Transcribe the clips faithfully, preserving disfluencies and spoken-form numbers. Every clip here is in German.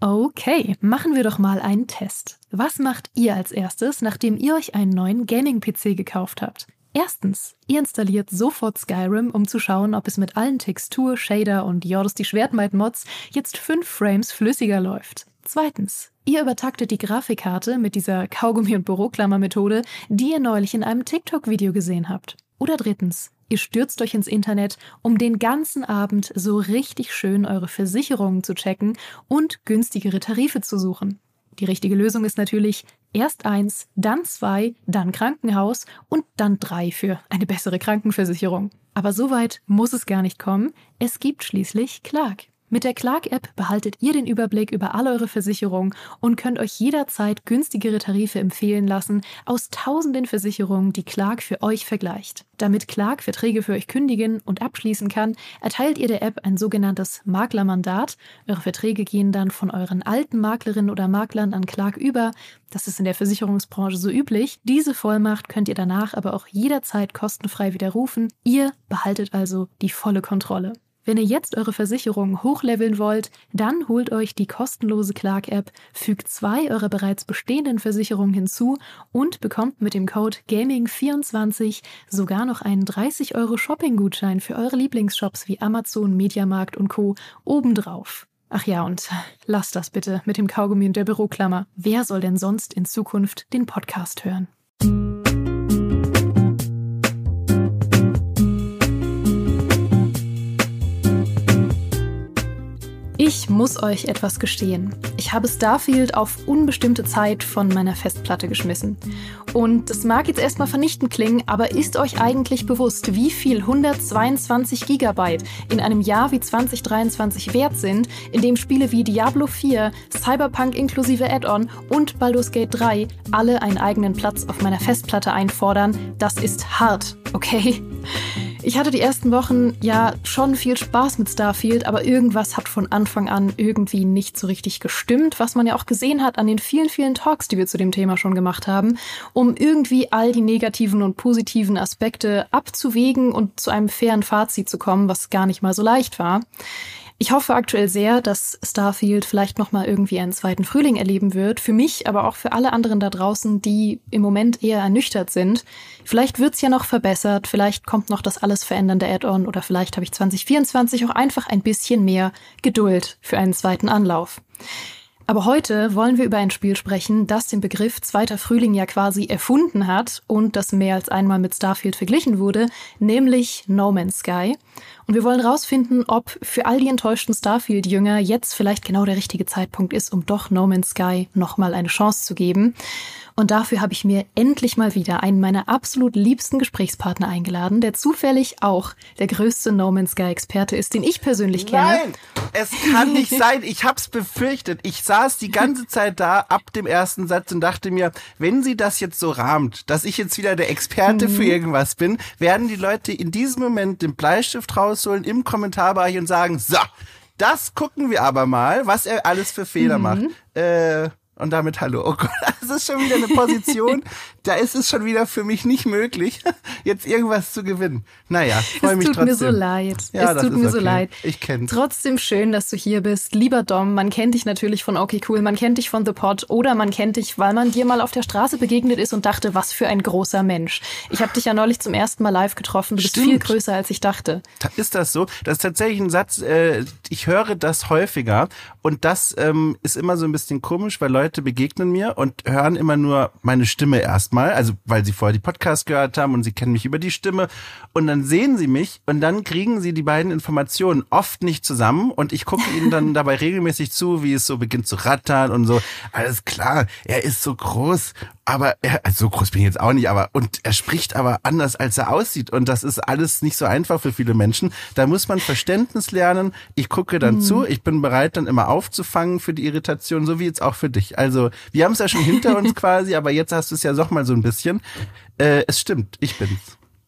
Okay, machen wir doch mal einen Test. Was macht ihr als erstes, nachdem ihr euch einen neuen Gaming-P C gekauft habt? Erstens, ihr installiert sofort Skyrim, um zu schauen, ob es mit allen Textur-, Shader- und Jordos die Schwertmaid-Mods jetzt fünf Frames flüssiger läuft. Zweitens, ihr übertaktet die Grafikkarte mit dieser Kaugummi- und Büroklammer-Methode, die ihr neulich in einem TikTok-Video gesehen habt. Oder drittens, ihr stürzt euch ins Internet, um den ganzen Abend so richtig schön eure Versicherungen zu checken und günstigere Tarife zu suchen. Die richtige Lösung ist natürlich erst eins, dann zwei, dann Krankenhaus und dann drei für eine bessere Krankenversicherung. Aber so weit muss es gar nicht kommen. Es gibt schließlich Clark. Mit der Clark-App behaltet ihr den Überblick über all eure Versicherungen und könnt euch jederzeit günstigere Tarife empfehlen lassen aus tausenden Versicherungen, die Clark für euch vergleicht. Damit Clark Verträge für euch kündigen und abschließen kann, erteilt ihr der App ein sogenanntes Maklermandat. Eure Verträge gehen dann von euren alten Maklerinnen oder Maklern an Clark über. Das ist in der Versicherungsbranche so üblich. Diese Vollmacht könnt ihr danach aber auch jederzeit kostenfrei widerrufen. Ihr behaltet also die volle Kontrolle. Wenn ihr jetzt eure Versicherung hochleveln wollt, dann holt euch die kostenlose Clark-App, fügt zwei eurer bereits bestehenden Versicherungen hinzu und bekommt mit dem Code Gaming vierundzwanzig sogar noch einen dreißig Euro Shopping-Gutschein für eure Lieblingsshops wie Amazon, Mediamarkt und Co. obendrauf. Ach ja, und lasst das bitte mit dem Kaugummi und der Büroklammer. Wer soll denn sonst in Zukunft den Podcast hören? Ich muss euch etwas gestehen. Ich habe Starfield auf unbestimmte Zeit von meiner Festplatte geschmissen. Und das mag jetzt erstmal vernichtend klingen, aber ist euch eigentlich bewusst, wie viel hundertzweiundzwanzig Gigabyte in einem Jahr wie zwanzig dreiundzwanzig wert sind, in dem Spiele wie Diablo vier, Cyberpunk inklusive Add-on und Baldur's Gate drei alle einen eigenen Platz auf meiner Festplatte einfordern? Das ist hart, okay? Ich hatte die ersten Wochen ja schon viel Spaß mit Starfield, aber irgendwas hat von Anfang an irgendwie nicht so richtig gestimmt, was man ja auch gesehen hat an den vielen, vielen Talks, die wir zu dem Thema schon gemacht haben, um irgendwie all die negativen und positiven Aspekte abzuwägen und zu einem fairen Fazit zu kommen, was gar nicht mal so leicht war. Ich hoffe aktuell sehr, dass Starfield vielleicht nochmal irgendwie einen zweiten Frühling erleben wird. Für mich, aber auch für alle anderen da draußen, die im Moment eher ernüchtert sind. Vielleicht wird's ja noch verbessert, vielleicht kommt noch das alles verändernde Add-on oder vielleicht habe ich zwanzig vierundzwanzig auch einfach ein bisschen mehr Geduld für einen zweiten Anlauf. Aber heute wollen wir über ein Spiel sprechen, das den Begriff zweiter Frühling ja quasi erfunden hat und das mehr als einmal mit Starfield verglichen wurde, nämlich No Man's Sky. Und wir wollen rausfinden, ob für all die enttäuschten Starfield-Jünger jetzt vielleicht genau der richtige Zeitpunkt ist, um doch No Man's Sky nochmal eine Chance zu geben. Und dafür habe ich mir endlich mal wieder einen meiner absolut liebsten Gesprächspartner eingeladen, der zufällig auch der größte No Man's Sky-Experte ist, den ich persönlich kenne. Nein, es kann nicht sein. Ich hab's befürchtet. Ich saß die ganze Zeit da ab dem ersten Satz und dachte mir, wenn sie das jetzt so rahmt, dass ich jetzt wieder der Experte mhm. für irgendwas bin, werden die Leute in diesem Moment den Bleistift rausholen im Kommentarbereich und sagen, so, das gucken wir aber mal, was er alles für Fehler mhm. macht. Äh... Und damit hallo. Oh Gott, das ist schon wieder eine Position, da ist es schon wieder für mich nicht möglich, jetzt irgendwas zu gewinnen. Naja, freue mich trotzdem. Es tut mir so leid. Ja, es tut mir okay. so leid. Ich kenn's. Trotzdem schön, dass du hier bist. Lieber Dom, man kennt dich natürlich von Okay Cool, man kennt dich von The Pod oder man kennt dich, weil man dir mal auf der Straße begegnet ist und dachte, was für ein großer Mensch. Ich habe dich ja neulich zum ersten Mal live getroffen. Du bist Stimmt. viel größer, als ich dachte. Ist das so? Das ist tatsächlich ein Satz, äh, ich höre das häufiger und das ähm, ist immer so ein bisschen komisch, weil Leute begegnen mir und hören immer nur meine Stimme erstmal, also weil sie vorher die Podcasts gehört haben und sie kennen mich über die Stimme und dann sehen sie mich und dann kriegen sie die beiden Informationen oft nicht zusammen und ich gucke ihnen dann dabei regelmäßig zu, wie es so beginnt zu rattern und so. Alles klar, er ist so groß, aber er, also so groß bin ich jetzt auch nicht, aber und er spricht aber anders, als er aussieht und das ist alles nicht so einfach für viele Menschen. Da muss man Verständnis lernen. Ich gucke dann mhm. zu, ich bin bereit, dann immer aufzufangen für die Irritation, so wie jetzt auch für dich. Also wir haben es ja schon hinter uns quasi, aber jetzt hast du es ja doch mal so ein bisschen. Äh, es stimmt, ich bin's.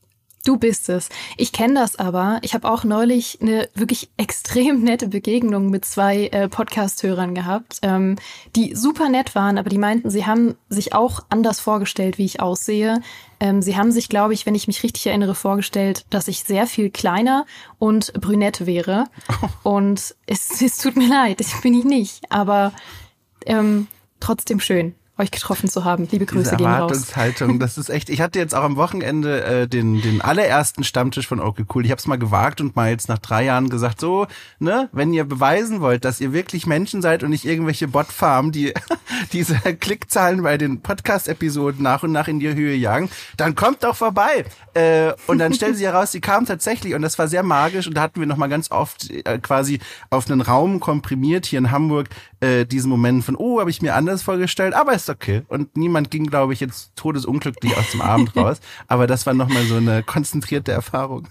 Du bist es. Ich kenne das aber. Ich habe auch neulich eine wirklich extrem nette Begegnung mit zwei äh, Podcast-Hörern gehabt, ähm, die super nett waren, aber die meinten, sie haben sich auch anders vorgestellt, wie ich aussehe. Ähm, sie haben sich, glaube ich, wenn ich mich richtig erinnere, vorgestellt, dass ich sehr viel kleiner und brünett wäre. Oh. Und es, es tut mir leid, das bin ich nicht. Aber ähm, trotzdem schön, euch getroffen zu haben. Liebe Grüße Diese gehen raus. Erwartungshaltung, das ist echt. Ich hatte jetzt auch am Wochenende äh, den den allerersten Stammtisch von Okay Cool. Ich habe es mal gewagt und mal jetzt nach drei Jahren gesagt, so, ne, wenn ihr beweisen wollt, dass ihr wirklich Menschen seid und nicht irgendwelche Botfarmen, die diese Klickzahlen bei den Podcast-Episoden nach und nach in die Höhe jagen, dann kommt doch vorbei. Äh, und dann stellt sich heraus, sie kamen tatsächlich und das war sehr magisch und da hatten wir noch mal ganz oft äh, quasi auf einen Raum komprimiert hier in Hamburg äh, diesen Moment von, oh, habe ich mir anders vorgestellt, aber ist okay. Und niemand ging, glaube ich, jetzt todesunglücklich aus dem Abend raus. Aber das war nochmal so eine konzentrierte Erfahrung.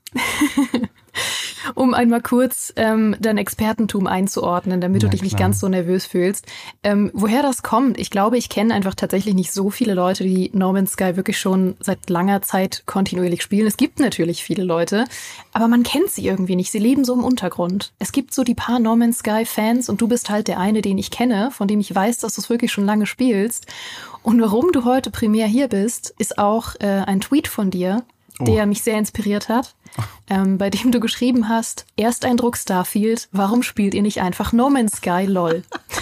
Um einmal kurz ähm, dein Expertentum einzuordnen, damit ja, du dich klar. nicht ganz so nervös fühlst. Ähm, woher das kommt? Ich glaube, ich kenne einfach tatsächlich nicht so viele Leute, die No Man's Sky wirklich schon seit langer Zeit kontinuierlich spielen. Es gibt natürlich viele Leute, aber man kennt sie irgendwie nicht. Sie leben so im Untergrund. Es gibt so die paar No Man's Sky-Fans und du bist halt der eine, den ich kenne, von dem ich weiß, dass du es wirklich schon lange spielst. Und warum du heute primär hier bist, ist auch äh, ein Tweet von dir, oh. der mich sehr inspiriert hat. Ähm, bei dem du geschrieben hast, Ersteindruck Starfield, warum spielt ihr nicht einfach No Man's Sky, lol?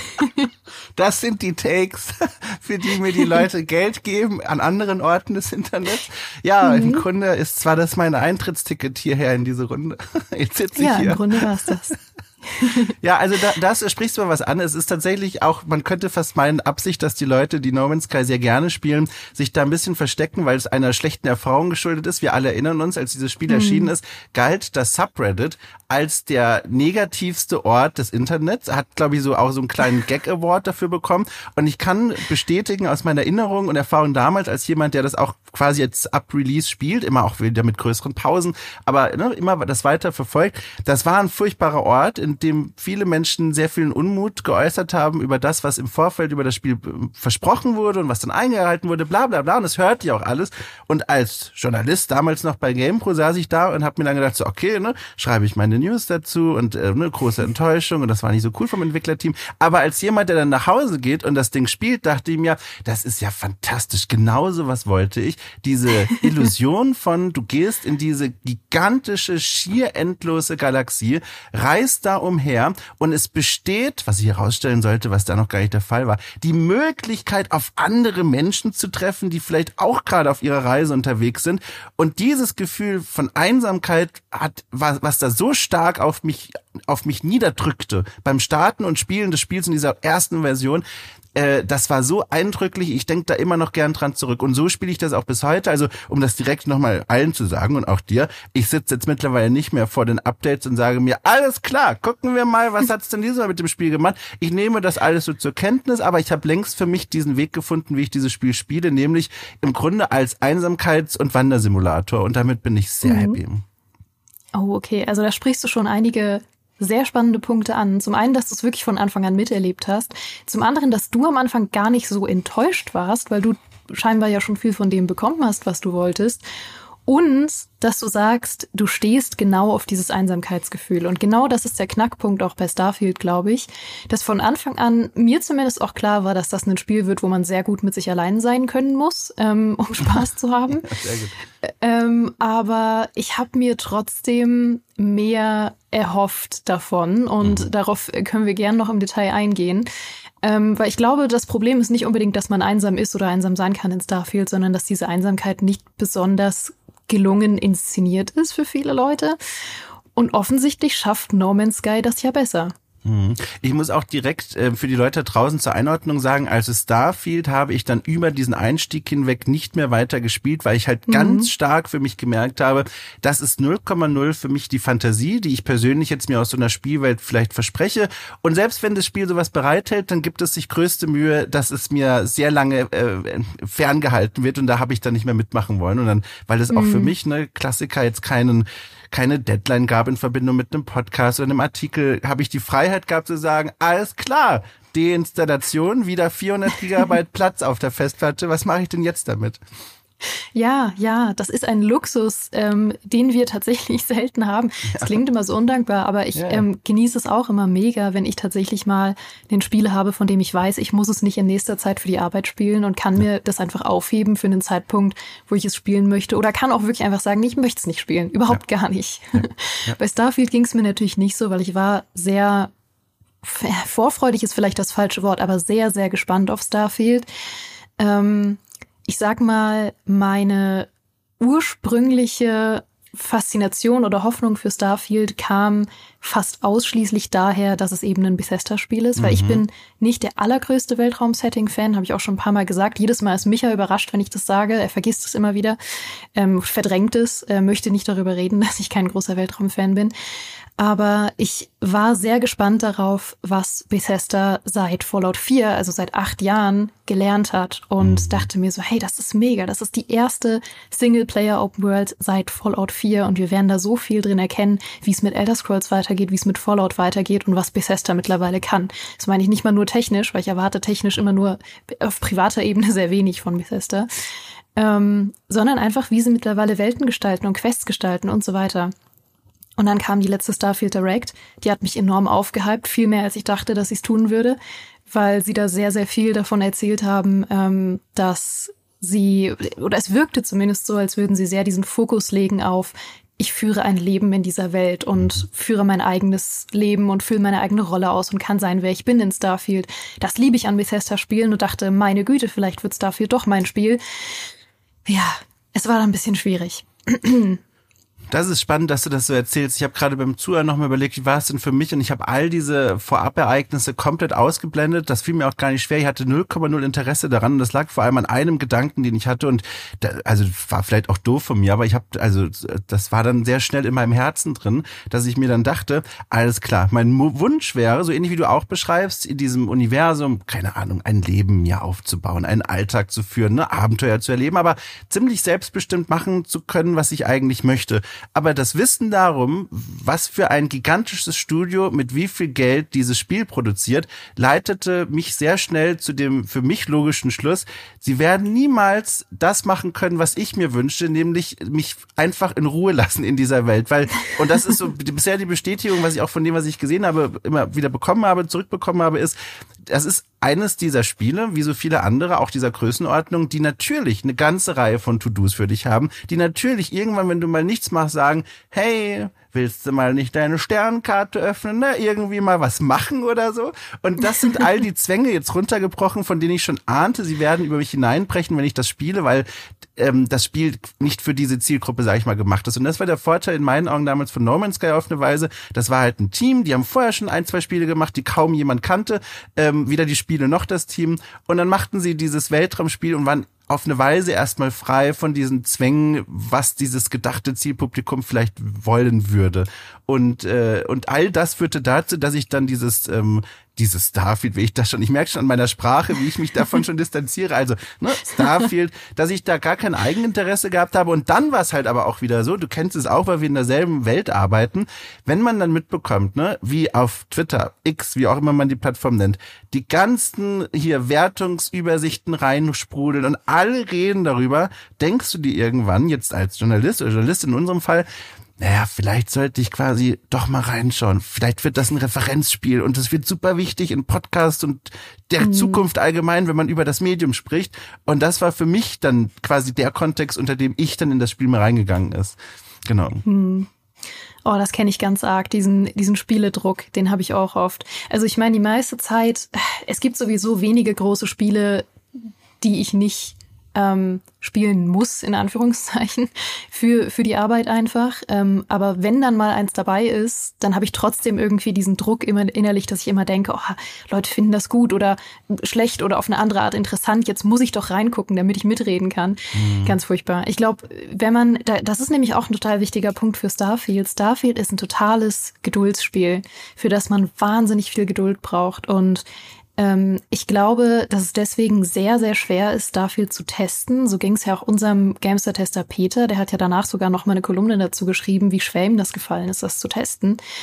Das sind die Takes, für die mir die Leute Geld geben an anderen Orten des Internets. Ja, mhm. im Grunde ist zwar das mein Eintrittsticket hierher in diese Runde. Jetzt sitze ich ja, hier. Ja, im Grunde war es das. Ja, also da, das sprichst du mal was an. Es ist tatsächlich auch, man könnte fast meinen, Absicht, dass die Leute, die No Man's Sky sehr gerne spielen, sich da ein bisschen verstecken, weil es einer schlechten Erfahrung geschuldet ist. Wir alle erinnern uns, als dieses Spiel mhm. erschienen ist, galt das Subreddit als der negativste Ort des Internets. Hat, glaube ich, so auch so einen kleinen Gag-Award dafür bekommen. Und ich kann bestätigen aus meiner Erinnerung und Erfahrung damals, als jemand, der das auch quasi jetzt ab Release spielt, immer auch wieder mit größeren Pausen, aber ne, immer das weiter verfolgt, das war ein furchtbarer Ort, in dem viele Menschen sehr vielen Unmut geäußert haben über das, was im Vorfeld über das Spiel versprochen wurde und was dann eingehalten wurde, bla bla bla. Und das hört ja auch alles. Und als Journalist, damals noch bei GamePro, saß ich da und habe mir dann gedacht, so okay, ne, schreibe ich meine News dazu und äh, ne, große Enttäuschung und das war nicht so cool vom Entwicklerteam. Aber als jemand, der dann nach Hause geht und das Ding spielt, dachte ich mir, das ist ja fantastisch. Genauso was wollte ich. Diese Illusion von, du gehst in diese gigantische, schier endlose Galaxie, reist da umher und es besteht, was ich herausstellen sollte, was da noch gar nicht der Fall war, die Möglichkeit, auf andere Menschen zu treffen, die vielleicht auch gerade auf ihrer Reise unterwegs sind. Und dieses Gefühl von Einsamkeit hat, was, was da so stark auf mich, auf mich niederdrückte beim Starten und Spielen des Spiels in dieser ersten Version, Äh, das war so eindrücklich, ich denke da immer noch gern dran zurück. Und so spiele ich das auch bis heute. Also um das direkt nochmal allen zu sagen und auch dir, ich sitze jetzt mittlerweile nicht mehr vor den Updates und sage mir, alles klar, gucken wir mal, was hat's denn dieses Mal mit dem Spiel gemacht. Ich nehme das alles so zur Kenntnis, aber ich habe längst für mich diesen Weg gefunden, wie ich dieses Spiel spiele, nämlich im Grunde als Einsamkeits- und Wandersimulator. Und damit bin ich sehr mhm. happy. Oh, okay. Also da sprichst du schon einige sehr spannende Punkte an. Zum einen, dass du es wirklich von Anfang an miterlebt hast. Zum anderen, dass du am Anfang gar nicht so enttäuscht warst, weil du scheinbar ja schon viel von dem bekommen hast, was du wolltest. Und dass du sagst, du stehst genau auf dieses Einsamkeitsgefühl. Und genau das ist der Knackpunkt auch bei Starfield, glaube ich, dass von Anfang an mir zumindest auch klar war, dass das ein Spiel wird, wo man sehr gut mit sich allein sein können muss, ähm, um Spaß zu haben. Sehr gut. Ähm, aber ich habe mir trotzdem mehr erhofft davon und mhm. darauf können wir gerne noch im Detail eingehen. Ähm, weil ich glaube, das Problem ist nicht unbedingt, dass man einsam ist oder einsam sein kann in Starfield, sondern dass diese Einsamkeit nicht besonders gelungen inszeniert ist für viele Leute. Und offensichtlich schafft No Man's Sky das ja besser. Ich muss auch direkt äh, für die Leute draußen zur Einordnung sagen, also Starfield habe ich dann über diesen Einstieg hinweg nicht mehr weiter gespielt, weil ich halt mhm. ganz stark für mich gemerkt habe, das ist null Komma null für mich die Fantasie, die ich persönlich jetzt mir aus so einer Spielwelt vielleicht verspreche. Und selbst wenn das Spiel sowas bereithält, dann gibt es sich größte Mühe, dass es mir sehr lange äh, ferngehalten wird und da habe ich dann nicht mehr mitmachen wollen. Und dann, weil es mhm. auch für mich, ne, Klassiker jetzt keinen keine Deadline gab in Verbindung mit einem Podcast oder einem Artikel, habe ich die Freiheit gehabt zu sagen, alles klar, Deinstallation, wieder vierhundert Gigabyte Platz auf der Festplatte, was mache ich denn jetzt damit? Ja, ja, das ist ein Luxus, ähm, den wir tatsächlich selten haben. Es ja. klingt immer so undankbar, aber ich ja, ja. Ähm, genieße es auch immer mega, wenn ich tatsächlich mal ein Spiel habe, von dem ich weiß, ich muss es nicht in nächster Zeit für die Arbeit spielen und kann ja. mir das einfach aufheben für einen Zeitpunkt, wo ich es spielen möchte. Oder kann auch wirklich einfach sagen, ich möchte es nicht spielen. Überhaupt ja. gar nicht. Ja. Ja. Bei Starfield ging es mir natürlich nicht so, weil ich war sehr, vorfreudig ist vielleicht das falsche Wort, aber sehr, sehr gespannt auf Starfield. Ähm, Ich sag mal, meine ursprüngliche Faszination oder Hoffnung für Starfield kam fast ausschließlich daher, dass es eben ein Bethesda-Spiel ist, weil mhm. ich bin nicht der allergrößte Weltraum-Setting-Fan, habe ich auch schon ein paar Mal gesagt. Jedes Mal ist Micha überrascht, wenn ich das sage. Er vergisst es immer wieder, ähm, verdrängt es, äh, möchte nicht darüber reden, dass ich kein großer Weltraum-Fan bin. Aber ich war sehr gespannt darauf, was Bethesda seit Fallout vier, also seit acht Jahren, gelernt hat und mhm. dachte mir so, hey, das ist mega, das ist die erste Singleplayer-Open-World seit Fallout vier und wir werden da so viel drin erkennen, wie es mit Elder Scrolls weitergeht, wie es mit Fallout weitergeht und was Bethesda mittlerweile kann. Das meine ich nicht mal nur technisch, weil ich erwarte technisch immer nur auf privater Ebene sehr wenig von Bethesda, ähm, sondern einfach, wie sie mittlerweile Welten gestalten und Quests gestalten und so weiter. Und dann kam die letzte Starfield Direct, die hat mich enorm aufgehypt, viel mehr als ich dachte, dass sie es tun würde, weil sie da sehr, sehr viel davon erzählt haben, ähm, dass sie, oder es wirkte zumindest so, als würden sie sehr diesen Fokus legen auf, ich führe ein Leben in dieser Welt und führe mein eigenes Leben und fülle meine eigene Rolle aus und kann sein, wer ich bin in Starfield. Das liebe ich an Bethesda-Spielen und dachte, meine Güte, vielleicht wird Starfield doch mein Spiel. Ja, es war dann ein bisschen schwierig. Das ist spannend, dass du das so erzählst. Ich habe gerade beim Zuhören nochmal überlegt, wie war es denn für mich? Und ich habe all diese Vorabereignisse komplett ausgeblendet. Das fiel mir auch gar nicht schwer. Ich hatte null Komma null Interesse daran. Und das lag vor allem an einem Gedanken, den ich hatte. Und da, also war vielleicht auch doof von mir, aber ich habe, also das war dann sehr schnell in meinem Herzen drin, dass ich mir dann dachte, alles klar, mein Wunsch wäre, so ähnlich wie du auch beschreibst, in diesem Universum, keine Ahnung, ein Leben mir aufzubauen, einen Alltag zu führen, ne, Abenteuer zu erleben, aber ziemlich selbstbestimmt machen zu können, was ich eigentlich möchte. Aber das Wissen darum, was für ein gigantisches Studio mit wie viel Geld dieses Spiel produziert, leitete mich sehr schnell zu dem für mich logischen Schluss, sie werden niemals das machen können, was ich mir wünsche, nämlich mich einfach in Ruhe lassen in dieser Welt. Weil, und das ist so bisher die Bestätigung, was ich auch von dem, was ich gesehen habe, immer wieder bekommen habe, zurückbekommen habe, ist, das ist eines dieser Spiele, wie so viele andere, auch dieser Größenordnung, die natürlich eine ganze Reihe von To-Dos für dich haben, die natürlich irgendwann, wenn du mal nichts machst, sagen, hey, willst du mal nicht deine Sternkarte öffnen, ne? Irgendwie mal was machen oder so? Und das sind all die Zwänge jetzt runtergebrochen, von denen ich schon ahnte, sie werden über mich hineinbrechen, wenn ich das spiele, weil ähm, das Spiel nicht für diese Zielgruppe, sag ich mal, gemacht ist. Und das war der Vorteil in meinen Augen damals von No Man's Sky auf eine Weise. Das war halt ein Team, die haben vorher schon ein, zwei Spiele gemacht, die kaum jemand kannte. Ähm, weder die Spiele noch das Team. Und dann machten sie dieses Weltraumspiel und waren auf eine Weise erstmal frei von diesen Zwängen, was dieses gedachte Zielpublikum vielleicht wollen würde. Und äh, und all das führte dazu, dass ich dann dieses ähm, dieses Starfield, wie ich das schon, ich merke schon an meiner Sprache, wie ich mich davon schon distanziere, also ne, Starfield, dass ich da gar kein Eigeninteresse gehabt habe. Und dann war es halt aber auch wieder so, du kennst es auch, weil wir in derselben Welt arbeiten, wenn man dann mitbekommt, ne, wie auf Twitter, X, wie auch immer man die Plattform nennt, die ganzen hier Wertungsübersichten reinsprudeln und alle reden darüber, denkst du dir irgendwann, jetzt als Journalist oder Journalistin in unserem Fall, naja, vielleicht sollte ich quasi doch mal reinschauen. Vielleicht wird das ein Referenzspiel und es wird super wichtig in Podcasts und der mhm. Zukunft allgemein, wenn man über das Medium spricht. Und das war für mich dann quasi der Kontext, unter dem ich dann in das Spiel mal reingegangen ist. Genau. Mhm. Oh, das kenne ich ganz arg, diesen diesen Spieledruck, den habe ich auch oft. Also ich meine, die meiste Zeit, es gibt sowieso wenige große Spiele, die ich nicht ähm, spielen muss, in Anführungszeichen, für für die Arbeit einfach. Ähm, aber wenn dann mal eins dabei ist, dann habe ich trotzdem irgendwie diesen Druck immer innerlich, dass ich immer denke, oh, Leute finden das gut oder schlecht oder auf eine andere Art interessant. Jetzt muss ich doch reingucken, damit ich mitreden kann. Mhm. Ganz furchtbar. Ich glaube, wenn man, das ist nämlich auch ein total wichtiger Punkt für Starfield. Starfield ist ein totales Geduldsspiel, für das man wahnsinnig viel Geduld braucht. Und ich glaube, dass es deswegen sehr, sehr schwer ist, Starfield zu testen. So ging es ja auch unserem Gamester-Tester Peter. Der hat ja danach sogar noch mal eine Kolumne dazu geschrieben, wie schwer ihm das gefallen ist, das zu testen.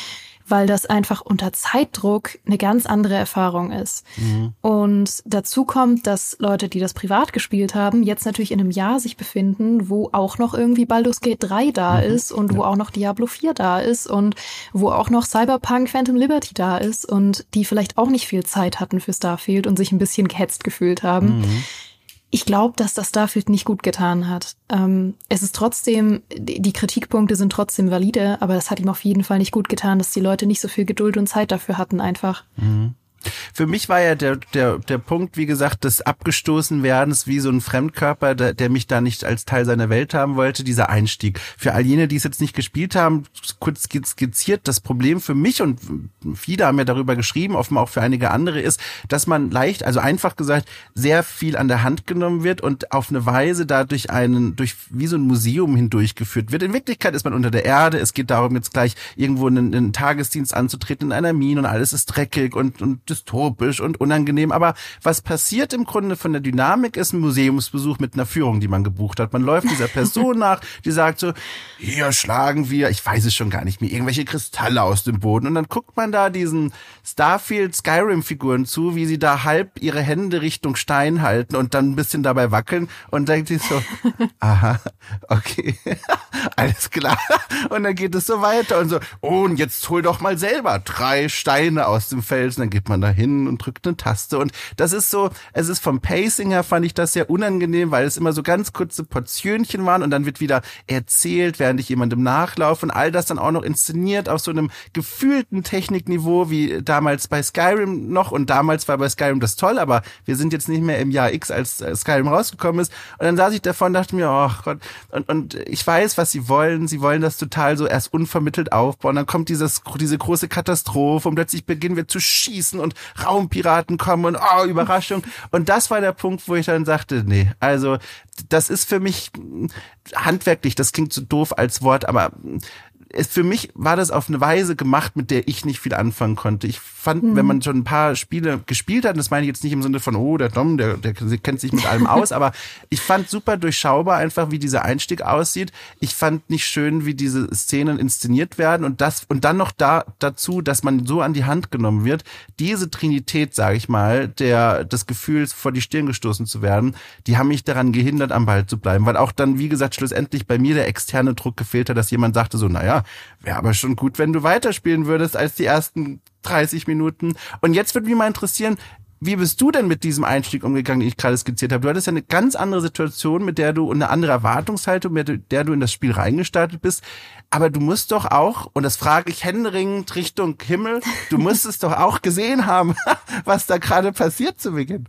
weil das einfach unter Zeitdruck eine ganz andere Erfahrung ist. Mhm. Und dazu kommt, dass Leute, die das privat gespielt haben, jetzt natürlich in einem Jahr sich befinden, wo auch noch irgendwie Baldur's Gate drei da mhm. ist und wo ja. auch noch Diablo vier da ist und wo auch noch Cyberpunk Phantom Liberty da ist und die vielleicht auch nicht viel Zeit hatten für Starfield und sich ein bisschen gehetzt gefühlt haben. Mhm. Ich glaube, dass das Starfield nicht gut getan hat. Ähm, es ist trotzdem, die Kritikpunkte sind trotzdem valide, aber das hat ihm auf jeden Fall nicht gut getan, dass die Leute nicht so viel Geduld und Zeit dafür hatten einfach. Mhm. Für mich war ja der der der Punkt, wie gesagt, des Abgestoßenwerdens wie so ein Fremdkörper, der, der mich da nicht als Teil seiner Welt haben wollte, dieser Einstieg. Für all jene, die es jetzt nicht gespielt haben, kurz skizziert, das Problem für mich, und viele haben ja darüber geschrieben, offenbar auch für einige andere, ist, dass man leicht, also einfach gesagt, sehr viel an der Hand genommen wird und auf eine Weise dadurch einen, durch wie so ein Museum hindurchgeführt wird. In Wirklichkeit ist man unter der Erde, es geht darum, jetzt gleich irgendwo einen, einen Tagesdienst anzutreten in einer Mine und alles ist dreckig und, und dystopisch und unangenehm, aber was passiert im Grunde von der Dynamik ist ein Museumsbesuch mit einer Führung, die man gebucht hat. Man läuft dieser Person nach, die sagt so, hier schlagen wir, ich weiß es schon gar nicht mehr, irgendwelche Kristalle aus dem Boden, und dann guckt man da diesen Starfield Skyrim-Figuren zu, wie sie da halb ihre Hände Richtung Stein halten und dann ein bisschen dabei wackeln und denkt sich so, aha, okay, alles klar, und dann geht es so weiter und so, oh, und jetzt hol doch mal selber drei Steine aus dem Felsen, dann geht man da hin und drückt eine Taste, und das ist so, es ist vom Pacing her, fand ich das sehr unangenehm, weil es immer so ganz kurze Portionchen waren und dann wird wieder erzählt, während ich jemandem nachlaufe, und all das dann auch noch inszeniert auf so einem gefühlten Technikniveau wie damals bei Skyrim noch, und damals war bei Skyrim das toll, aber wir sind jetzt nicht mehr im Jahr X, als Skyrim rausgekommen ist, und dann saß ich davor und dachte mir, oh Gott, und, und ich weiß, was sie wollen, sie wollen das total so erst unvermittelt aufbauen, dann kommt dieses, diese große Katastrophe und plötzlich beginnen wir zu schießen und Raumpiraten kommen und oh, Überraschung. Und das war der Punkt, wo ich dann sagte, nee, also das ist für mich handwerklich, das klingt so doof als Wort, aber es, für mich war das auf eine Weise gemacht, mit der ich nicht viel anfangen konnte. Ich fand, mhm. wenn man schon ein paar Spiele gespielt hat, und das meine ich jetzt nicht im Sinne von, oh, der Dom, der, der kennt sich mit allem aus, aber ich fand super durchschaubar einfach, wie dieser Einstieg aussieht. Ich fand nicht schön, wie diese Szenen inszeniert werden, und das, und dann noch da, dazu, dass man so an die Hand genommen wird. Diese Trinität, sage ich mal, der, des Gefühls, vor die Stirn gestoßen zu werden, die haben mich daran gehindert, am Ball zu bleiben, weil auch dann, wie gesagt, schlussendlich bei mir der externe Druck gefehlt hat, dass jemand sagte so, naja, wäre aber schon gut, wenn du weiterspielen würdest als die ersten dreißig Minuten. Und jetzt würde mich mal interessieren, wie bist du denn mit diesem Einstieg umgegangen, den ich gerade skizziert habe? Du hattest ja eine ganz andere Situation, mit der du, und eine andere Erwartungshaltung, mit der du in das Spiel reingestartet bist. Aber du musst doch auch, und das frage ich händeringend Richtung Himmel, du musstest doch auch gesehen haben, was da gerade passiert zu Beginn.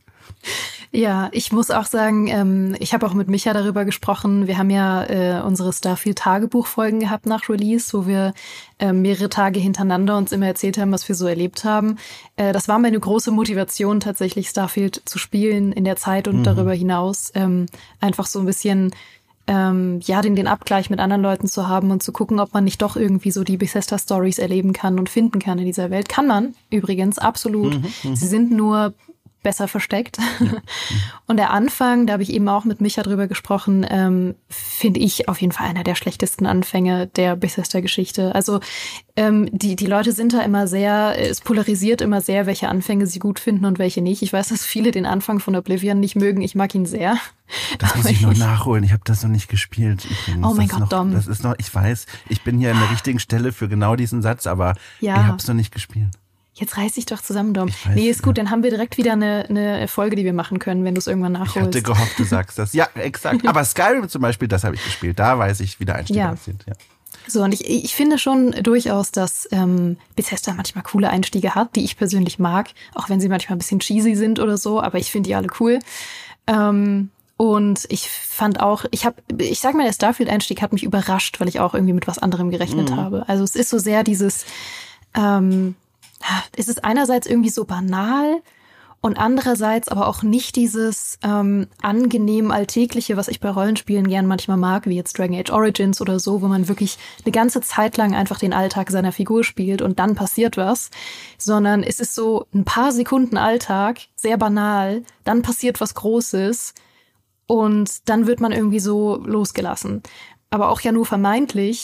Ja, ich muss auch sagen, ähm, ich habe auch mit Micha darüber gesprochen. Wir haben ja äh, unsere Starfield-Tagebuch-Folgen gehabt nach Release, wo wir äh, mehrere Tage hintereinander uns immer erzählt haben, was wir so erlebt haben. Äh, das war meine große Motivation, tatsächlich Starfield zu spielen in der Zeit und mhm. darüber hinaus. Ähm, einfach so ein bisschen ähm, ja, den, den Abgleich mit anderen Leuten zu haben und zu gucken, ob man nicht doch irgendwie so die Bethesda-Stories erleben kann und finden kann in dieser Welt. Kann man übrigens, absolut. Mhm, mh. Sie sind nur besser versteckt. Ja. Und der Anfang, da habe ich eben auch mit Micha drüber gesprochen, ähm, finde ich auf jeden Fall einer der schlechtesten Anfänge der Bethesda-Geschichte. Also ähm, die die Leute sind da immer sehr, es polarisiert immer sehr, welche Anfänge sie gut finden und welche nicht. Ich weiß, dass viele den Anfang von Oblivion nicht mögen. Ich mag ihn sehr. Das muss ich noch nachholen. Ich habe das noch nicht gespielt. Übrigens. Oh mein das Gott, noch, Dom. Das ist noch, ich weiß, ich bin hier an der richtigen Stelle für genau diesen Satz, aber ja. ich habe es noch nicht gespielt. Jetzt reiß dich doch zusammen, Dom. Weiß, nee, ist gut, ja. Dann haben wir direkt wieder eine, eine Folge, die wir machen können, wenn du es irgendwann nachholst. Ich hatte gehofft, du sagst das. Ja, exakt. Aber Skyrim zum Beispiel, das habe ich gespielt. Da weiß ich, wie der Einstieg ja. aussieht. Ja. So, und ich, ich finde schon durchaus, dass ähm, Bethesda manchmal coole Einstiege hat, die ich persönlich mag, auch wenn sie manchmal ein bisschen cheesy sind oder so, aber ich finde die alle cool. Ähm, und ich fand auch, ich habe, ich sag mal, der Starfield-Einstieg hat mich überrascht, weil ich auch irgendwie mit was anderem gerechnet mhm. habe. Also es ist so sehr dieses, ähm, es ist einerseits irgendwie so banal und andererseits aber auch nicht dieses ähm, angenehm Alltägliche, was ich bei Rollenspielen gern manchmal mag, wie jetzt Dragon Age Origins oder so, wo man wirklich eine ganze Zeit lang einfach den Alltag seiner Figur spielt und dann passiert was, sondern es ist so ein paar Sekunden Alltag, sehr banal, dann passiert was Großes und dann wird man irgendwie so losgelassen. Aber auch ja nur vermeintlich,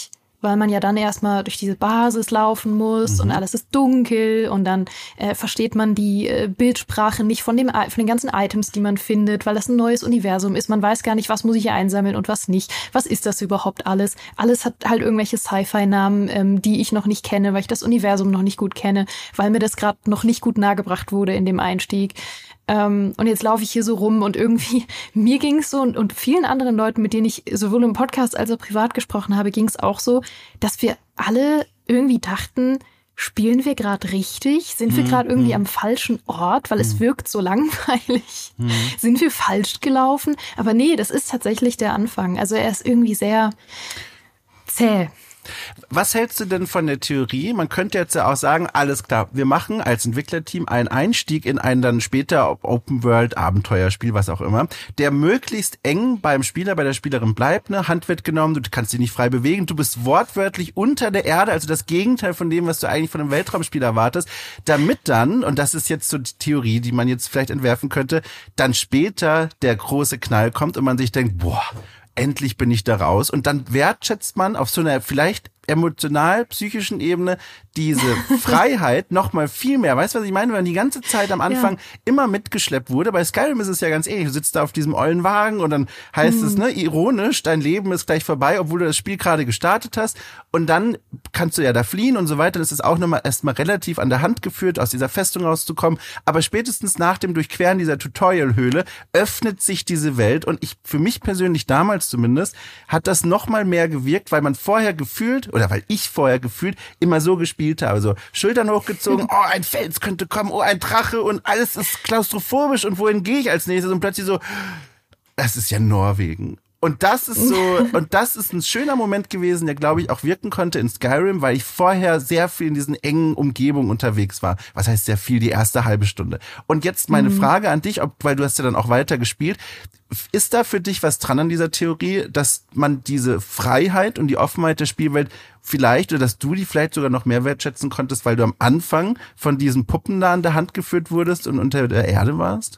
weil man ja dann erstmal durch diese Basis laufen muss mhm. und alles ist dunkel und dann äh, versteht man die äh, Bildsprache nicht von dem von den ganzen Items, die man findet, weil das ein neues Universum ist. Man weiß gar nicht, was muss ich hier einsammeln und was nicht. Was ist das überhaupt alles? Alles hat halt irgendwelche Sci-Fi-Namen, ähm, die ich noch nicht kenne, weil ich das Universum noch nicht gut kenne, weil mir das gerade noch nicht gut nahegebracht wurde in dem Einstieg. Ähm, und jetzt laufe ich hier so rum und irgendwie, mir ging es so und, und vielen anderen Leuten, mit denen ich sowohl im Podcast als auch privat gesprochen habe, ging es auch so, dass wir alle irgendwie dachten, spielen wir gerade richtig? Sind wir gerade irgendwie am falschen Ort, weil es wirkt so langweilig? Mhm. Sind wir falsch gelaufen? Aber nee, das ist tatsächlich der Anfang. Also er ist irgendwie sehr zäh. Was hältst du denn von der Theorie? Man könnte jetzt ja auch sagen, alles klar, wir machen als Entwicklerteam einen Einstieg in ein dann später Open-World-Abenteuerspiel, was auch immer, der möglichst eng beim Spieler, bei der Spielerin bleibt, ne? Hand wird genommen, du kannst dich nicht frei bewegen, du bist wortwörtlich unter der Erde, also das Gegenteil von dem, was du eigentlich von einem Weltraumspiel erwartest, damit dann, und das ist jetzt so die Theorie, die man jetzt vielleicht entwerfen könnte, dann später der große Knall kommt und man sich denkt, boah, endlich bin ich da raus. Und dann wertschätzt man auf so einer vielleicht emotional-psychischen Ebene diese Freiheit noch mal viel mehr. Weißt du, was ich meine? Wenn man die ganze Zeit am Anfang ja. immer mitgeschleppt wurde. Bei Skyrim ist es ja ganz ähnlich. Du sitzt da auf diesem ollen Wagen und dann heißt mhm. es, ne, ironisch, dein Leben ist gleich vorbei, obwohl du das Spiel gerade gestartet hast. Und dann kannst du ja da fliehen und so weiter. Das ist auch nochmal erstmal relativ an der Hand geführt, aus dieser Festung rauszukommen. Aber spätestens nach dem Durchqueren dieser Tutorial-Höhle öffnet sich diese Welt. Und ich, für mich persönlich damals zumindest, hat das noch mal mehr gewirkt, weil man vorher gefühlt, oder weil ich vorher gefühlt immer so gespielt habe, so Schultern hochgezogen, oh, ein Fels könnte kommen, oh, ein Drache und alles ist klaustrophobisch und wohin gehe ich als nächstes und plötzlich so, das ist ja Norwegen. Und das ist so, und das ist ein schöner Moment gewesen, der, glaube ich, auch wirken konnte in Skyrim, weil ich vorher sehr viel in diesen engen Umgebungen unterwegs war. Was heißt sehr viel? Die erste halbe Stunde. Und jetzt meine mhm. Frage an dich, ob, weil du hast ja dann auch weiter gespielt, ist da für dich was dran an dieser Theorie, dass man diese Freiheit und die Offenheit der Spielwelt vielleicht, oder dass du die vielleicht sogar noch mehr wertschätzen konntest, weil du am Anfang von diesen Puppen da an der Hand geführt wurdest und unter der Erde warst?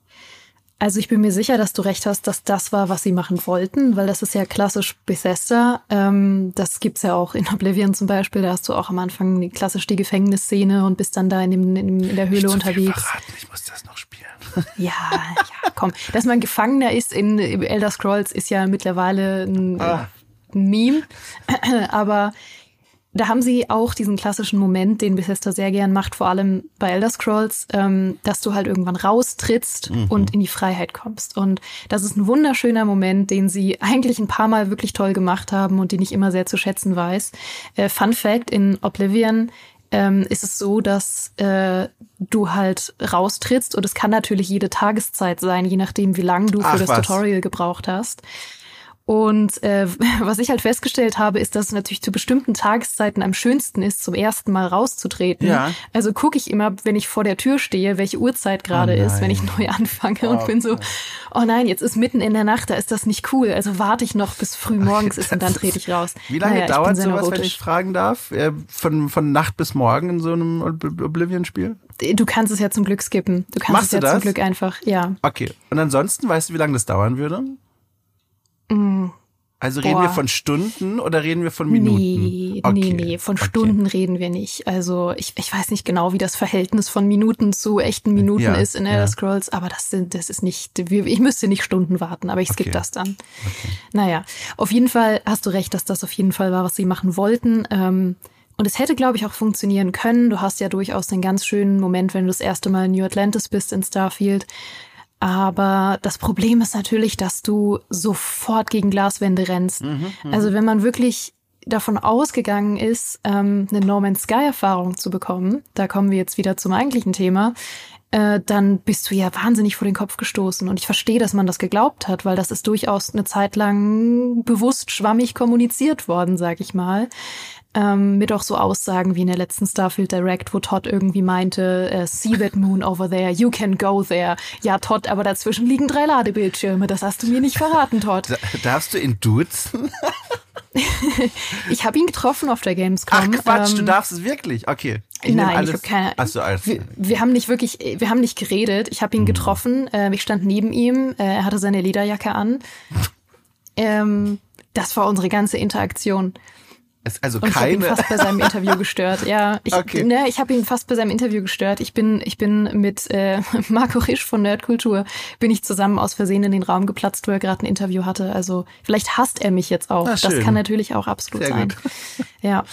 Also ich bin mir sicher, dass du recht hast, dass das war, was sie machen wollten, weil das ist ja klassisch Bethesda. Ähm, das gibt's ja auch in Oblivion zum Beispiel. Da hast du auch am Anfang die klassisch die Gefängnisszene und bist dann da in, dem, in, in der Höhle Nicht so unterwegs. Viel verraten, ich muss das noch spielen. Ja, ja, komm. Dass man Gefangener ist in Elder Scrolls ist ja mittlerweile ein, ah. ein Meme. Aber da haben sie auch diesen klassischen Moment, den Bethesda sehr gern macht, vor allem bei Elder Scrolls, ähm, dass du halt irgendwann raustrittst mhm. und in die Freiheit kommst. Und das ist ein wunderschöner Moment, den sie eigentlich ein paar Mal wirklich toll gemacht haben und den ich immer sehr zu schätzen weiß. Äh, Fun Fact, in Oblivion ähm, ist es so, dass äh, du halt raustrittst und es kann natürlich jede Tageszeit sein, je nachdem, wie lang du für Ach, das was. Tutorial gebraucht hast. Und äh, was ich halt festgestellt habe, ist, dass es natürlich zu bestimmten Tageszeiten am schönsten ist, zum ersten Mal rauszutreten. Ja. Also gucke ich immer, wenn ich vor der Tür stehe, welche Uhrzeit gerade oh ist, wenn ich neu anfange oh, und bin so, oh nein, jetzt ist mitten in der Nacht, da ist das nicht cool. Also warte ich noch, bis früh morgens ist und dann trete ich raus. Wie lange naja, dauert sowas, wenn ich fragen darf? Von, von Nacht bis morgen in so einem Oblivion-Spiel? Du kannst es ja zum Glück skippen. Du kannst Machst es ja du das? zum Glück einfach, ja. Okay. Und ansonsten, weißt du, wie lange das dauern würde? Also reden Boah. wir von Stunden oder reden wir von Minuten? Nee, okay. nee, nee, von Stunden okay. reden wir nicht. Also ich, ich weiß nicht genau, wie das Verhältnis von Minuten zu echten Minuten ja, ist in Elder ja. Scrolls, aber das, sind, das ist nicht, ich müsste nicht Stunden warten, aber ich skippe okay. das dann. Okay. Naja, auf jeden Fall hast du recht, dass das auf jeden Fall war, was sie machen wollten. Und es hätte, glaube ich, auch funktionieren können. Du hast ja durchaus einen ganz schönen Moment, wenn du das erste Mal in New Atlantis bist in Starfield. Aber das Problem ist natürlich, dass du sofort gegen Glaswände rennst. Mhm, also wenn man wirklich davon ausgegangen ist, ähm, eine No Man's Sky-Erfahrung zu bekommen, da kommen wir jetzt wieder zum eigentlichen Thema, äh, dann bist du ja wahnsinnig vor den Kopf gestoßen. Und ich verstehe, dass man das geglaubt hat, weil das ist durchaus eine Zeit lang bewusst schwammig kommuniziert worden, sag ich mal. Ähm, mit auch so Aussagen wie in der letzten Starfield Direct, wo Todd irgendwie meinte, äh, see that moon over there, you can go there. Ja, Todd, aber dazwischen liegen drei Ladebildschirme, das hast du mir nicht verraten, Todd. Darfst du ihn duzen? Ich habe ihn getroffen auf der Gamescom. Ach Quatsch, ähm, du darfst es wirklich? Okay. Ich Nein, alles, ich habe keine. Ach so, alles. Wir, wir haben nicht wirklich, wir haben nicht geredet. Ich habe ihn mhm. getroffen, äh, ich stand neben ihm, äh, er hatte seine Lederjacke an. ähm, das war unsere ganze Interaktion. Es, also und keine. Ich habe ihn fast bei seinem Interview gestört. Ja, ich, okay. ne, ich habe ihn fast bei seinem Interview gestört. Ich bin, ich bin mit äh, Marco Risch von Nerdkultur bin ich zusammen aus Versehen in den Raum geplatzt, wo er gerade ein Interview hatte. Also vielleicht hasst er mich jetzt auch. Ah, das kann natürlich auch absolut Sehr sein. Gut. Ja.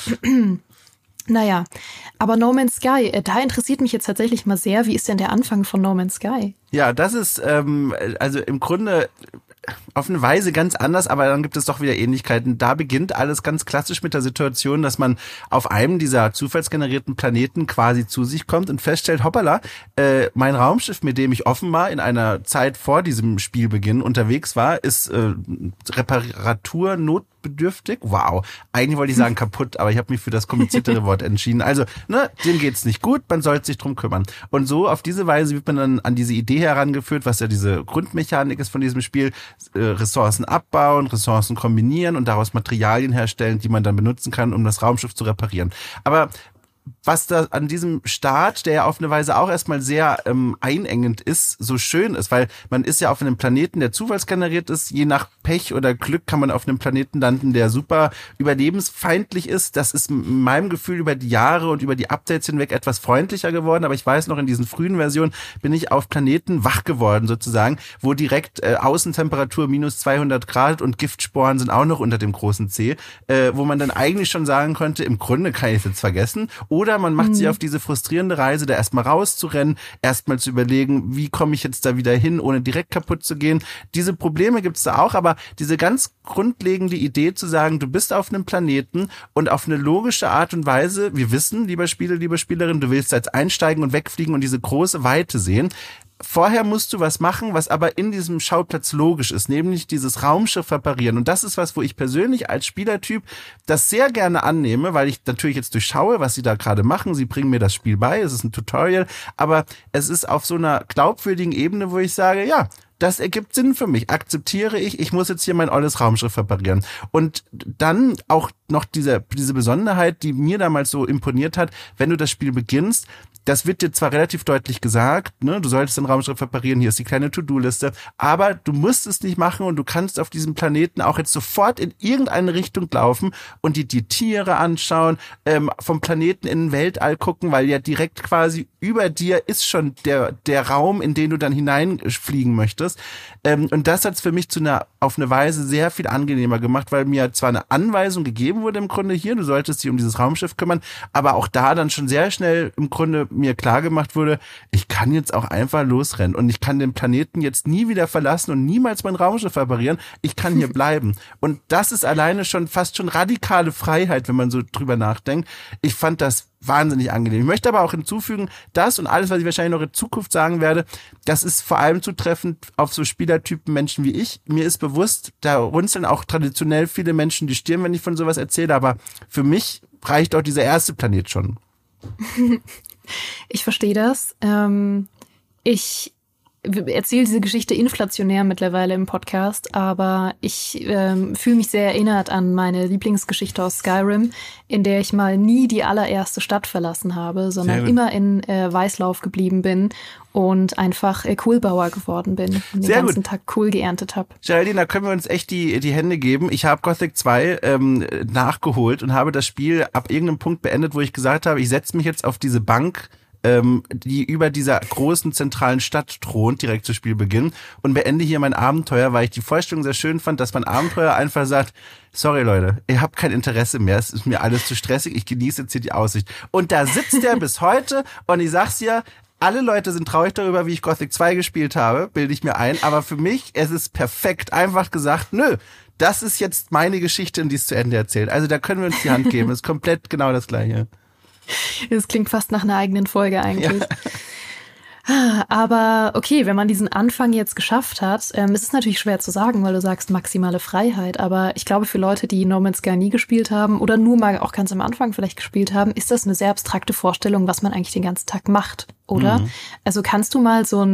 Naja, aber No Man's Sky, äh, da interessiert mich jetzt tatsächlich mal sehr, wie ist denn der Anfang von No Man's Sky? Ja, das ist ähm, also im Grunde auf eine Weise ganz anders, aber dann gibt es doch wieder Ähnlichkeiten. Da beginnt alles ganz klassisch mit der Situation, dass man auf einem dieser zufallsgenerierten Planeten quasi zu sich kommt und feststellt, hoppala, äh, mein Raumschiff, mit dem ich offenbar in einer Zeit vor diesem Spielbeginn unterwegs war, ist äh, reparaturnotbedürftig. Wow, eigentlich wollte ich sagen kaputt, aber ich habe mich für das kompliziertere Wort entschieden. Also, ne, dem geht's nicht gut, man sollte sich drum kümmern. Und so auf diese Weise wird man dann an diese Idee herangeführt, was ja diese Grundmechanik ist von diesem Spiel, Ressourcen abbauen, Ressourcen kombinieren und daraus Materialien herstellen, die man dann benutzen kann, um das Raumschiff zu reparieren. Aber was da an diesem Start, der ja auf eine Weise auch erstmal sehr ähm, einengend ist, so schön ist, weil man ist ja auf einem Planeten, der zufallsgeneriert ist, je nach Pech oder Glück kann man auf einem Planeten landen, der super überlebensfeindlich ist. Das ist in meinem Gefühl über die Jahre und über die Updates hinweg etwas freundlicher geworden, aber ich weiß noch, in diesen frühen Versionen bin ich auf Planeten wach geworden sozusagen, wo direkt äh, Außentemperatur minus zweihundert Grad und Giftsporen sind auch noch unter dem großen C, äh, wo man dann eigentlich schon sagen könnte, im Grunde kann ich es jetzt vergessen. Oder man macht mhm. sich auf diese frustrierende Reise, da erstmal rauszurennen, erstmal zu überlegen, wie komme ich jetzt da wieder hin, ohne direkt kaputt zu gehen. Diese Probleme gibt's da auch, aber diese ganz grundlegende Idee zu sagen, du bist auf einem Planeten und auf eine logische Art und Weise, wir wissen, lieber Spieler, liebe Spielerin, du willst jetzt einsteigen und wegfliegen und diese große Weite sehen. Vorher musst du was machen, was aber in diesem Schauplatz logisch ist, nämlich dieses Raumschiff reparieren. Und das ist was, wo ich persönlich als Spielertyp das sehr gerne annehme, weil ich natürlich jetzt durchschaue, was sie da gerade machen. Sie bringen mir das Spiel bei, es ist ein Tutorial, aber es ist auf so einer glaubwürdigen Ebene, wo ich sage, ja, das ergibt Sinn für mich, akzeptiere ich, ich muss jetzt hier mein olles Raumschiff reparieren. Und dann auch noch diese, diese Besonderheit, die mir damals so imponiert hat, wenn du das Spiel beginnst, das wird dir zwar relativ deutlich gesagt, ne, du solltest den Raumschiff reparieren, hier ist die kleine To-Do-Liste, aber du musst es nicht machen und du kannst auf diesem Planeten auch jetzt sofort in irgendeine Richtung laufen und die, die Tiere anschauen, ähm, vom Planeten in den Weltall gucken, weil ja direkt quasi über dir ist schon der, der Raum, in den du dann hineinfliegen möchtest. Ähm, und das hat es für mich zu einer, auf eine Weise sehr viel angenehmer gemacht, weil mir zwar eine Anweisung gegeben wurde im Grunde hier, du solltest dich um dieses Raumschiff kümmern, aber auch da dann schon sehr schnell im Grunde mir klar gemacht wurde, ich kann jetzt auch einfach losrennen und ich kann den Planeten jetzt nie wieder verlassen und niemals mein Raumschiff reparieren. Ich kann hier bleiben. Und das ist alleine schon fast schon radikale Freiheit, wenn man so drüber nachdenkt. Ich fand das wahnsinnig angenehm. Ich möchte aber auch hinzufügen, das und alles, was ich wahrscheinlich noch in Zukunft sagen werde, das ist vor allem zutreffend auf so Spielertypen Menschen wie ich. Mir ist bewusst, da runzeln auch traditionell viele Menschen die Stirn, wenn ich von sowas erzähle, aber für mich reicht auch dieser erste Planet schon. Ich verstehe das. Ähm, ich erzähle diese Geschichte inflationär mittlerweile im Podcast, aber ich ähm, fühle mich sehr erinnert an meine Lieblingsgeschichte aus Skyrim, in der ich mal nie die allererste Stadt verlassen habe, sondern immer in äh, Weißlauf geblieben bin und einfach äh, Kohlbauer geworden bin und den Sehr ganzen gut. Tag Kohl geerntet habe. Geraldine, da können wir uns echt die die Hände geben. Ich habe Gothic zwei ähm, nachgeholt und habe das Spiel ab irgendeinem Punkt beendet, wo ich gesagt habe, ich setze mich jetzt auf diese Bank, ähm, die über dieser großen zentralen Stadt thront, direkt zu Spielbeginn, und beende hier mein Abenteuer, weil ich die Vorstellung sehr schön fand, dass mein Abenteuer einfach sagt, sorry Leute, ihr habt kein Interesse mehr, es ist mir alles zu stressig, ich genieße jetzt hier die Aussicht. Und da sitzt er bis heute und ich sag's dir, alle Leute sind traurig darüber, wie ich Gothic zwei gespielt habe, bilde ich mir ein, aber für mich, es ist perfekt, einfach gesagt, nö, das ist jetzt meine Geschichte und die ist zu Ende erzählt. Also da können wir uns die Hand geben, ist komplett genau das Gleiche. Das klingt fast nach einer eigenen Folge eigentlich. Ja. Aber okay, wenn man diesen Anfang jetzt geschafft hat, ähm, es ist natürlich schwer zu sagen, weil du sagst maximale Freiheit, aber ich glaube, für Leute, die No Man's Sky nie gespielt haben oder nur mal auch ganz am Anfang vielleicht gespielt haben, ist das eine sehr abstrakte Vorstellung, was man eigentlich den ganzen Tag macht, oder? Mhm. Also kannst du mal so ein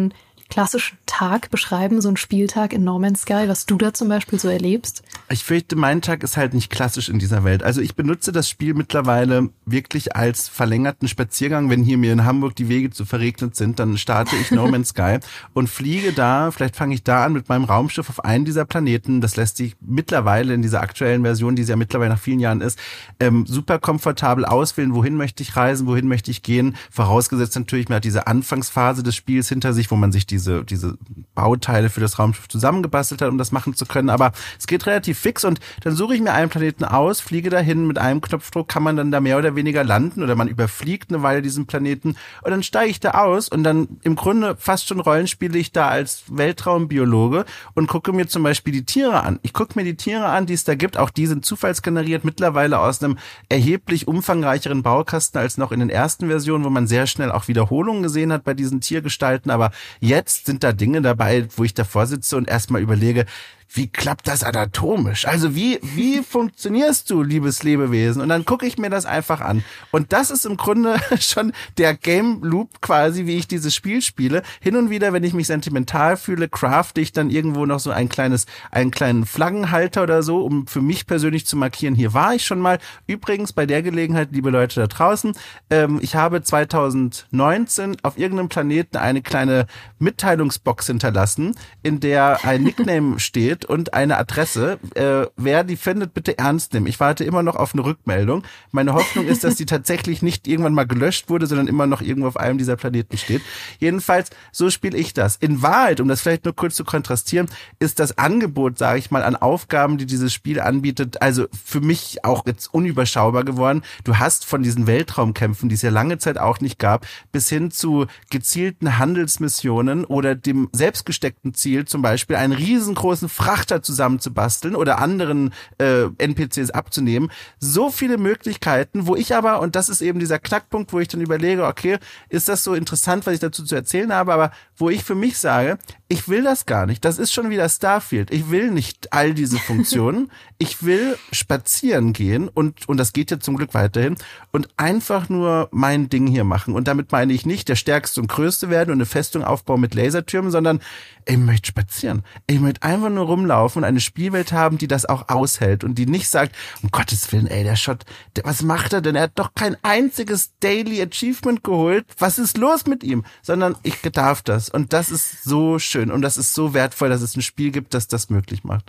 klassischen Tag beschreiben, so einen Spieltag in No Man's Sky, was du da zum Beispiel so erlebst? Ich fürchte, mein Tag ist halt nicht klassisch in dieser Welt. Also ich benutze das Spiel mittlerweile wirklich als verlängerten Spaziergang. Wenn hier mir in Hamburg die Wege zu verregnet sind, dann starte ich No Man's Sky und fliege da, vielleicht fange ich da an mit meinem Raumschiff auf einen dieser Planeten. Das lässt sich mittlerweile in dieser aktuellen Version, die es ja mittlerweile nach vielen Jahren ist, ähm, super komfortabel auswählen, wohin möchte ich reisen, wohin möchte ich gehen. Vorausgesetzt natürlich, man hat diese Anfangsphase des Spiels hinter sich, wo man sich diese diese Bauteile für das Raumschiff zusammengebastelt hat, um das machen zu können. Aber es geht relativ fix und dann suche ich mir einen Planeten aus, fliege dahin, mit einem Knopfdruck kann man dann da mehr oder weniger landen oder man überfliegt eine Weile diesen Planeten und dann steige ich da aus und dann im Grunde fast schon rollenspiele ich da als Weltraumbiologe und gucke mir zum Beispiel die Tiere an. Ich gucke mir die Tiere an, die es da gibt. Auch die sind zufallsgeneriert, mittlerweile aus einem erheblich umfangreicheren Baukasten als noch in den ersten Versionen, wo man sehr schnell auch Wiederholungen gesehen hat bei diesen Tiergestalten. Aber jetzt sind da Dinge dabei, wo ich davor sitze und erstmal überlege, wie klappt das anatomisch? Also wie wie funktionierst du, liebes Lebewesen? Und dann gucke ich mir das einfach an. Und das ist im Grunde schon der Game Loop quasi, wie ich dieses Spiel spiele. Hin und wieder, wenn ich mich sentimental fühle, crafte ich dann irgendwo noch so ein kleines, einen kleinen Flaggenhalter oder so, um für mich persönlich zu markieren, hier war ich schon mal. Übrigens, bei der Gelegenheit, liebe Leute da draußen, ähm, ich habe zwanzig neunzehn auf irgendeinem Planeten eine kleine Mitteilungsbox hinterlassen, in der ein Nickname steht und eine Adresse. Äh, wer die findet, bitte ernst nehmen. Ich warte immer noch auf eine Rückmeldung. Meine Hoffnung ist, dass die tatsächlich nicht irgendwann mal gelöscht wurde, sondern immer noch irgendwo auf einem dieser Planeten steht. Jedenfalls, so spiele ich das. In Wahrheit, um das vielleicht nur kurz zu kontrastieren, ist das Angebot, sage ich mal, an Aufgaben, die dieses Spiel anbietet, also für mich auch jetzt unüberschaubar geworden. Du hast von diesen Weltraumkämpfen, die es ja lange Zeit auch nicht gab, bis hin zu gezielten Handelsmissionen oder dem selbstgesteckten Ziel, zum Beispiel einen riesengroßen Frachter zusammenzubasteln oder anderen äh, N P Cs abzunehmen. So viele Möglichkeiten, wo ich aber, und das ist eben dieser Knackpunkt, wo ich dann überlege, okay, ist das so interessant, was ich dazu zu erzählen habe, aber wo ich für mich sage, ich will das gar nicht. Das ist schon wieder Starfield. Ich will nicht all diese Funktionen. Ich will spazieren gehen und, und das geht ja zum Glück weiterhin und einfach nur mein Ding hier machen. Und damit meine ich nicht der Stärkste und Größte werden und eine Festung aufbauen mit Lasertürmen, sondern ich möchte spazieren. Ich möchte einfach nur rumlaufen und eine Spielwelt haben, die das auch aushält und die nicht sagt, um Gottes Willen, ey, der Shot, der, was macht er denn? Er hat doch kein einziges Daily Achievement geholt. Was ist los mit ihm? Sondern ich darf das. Und das ist so schön und das ist so wertvoll, dass es ein Spiel gibt, das das möglich macht.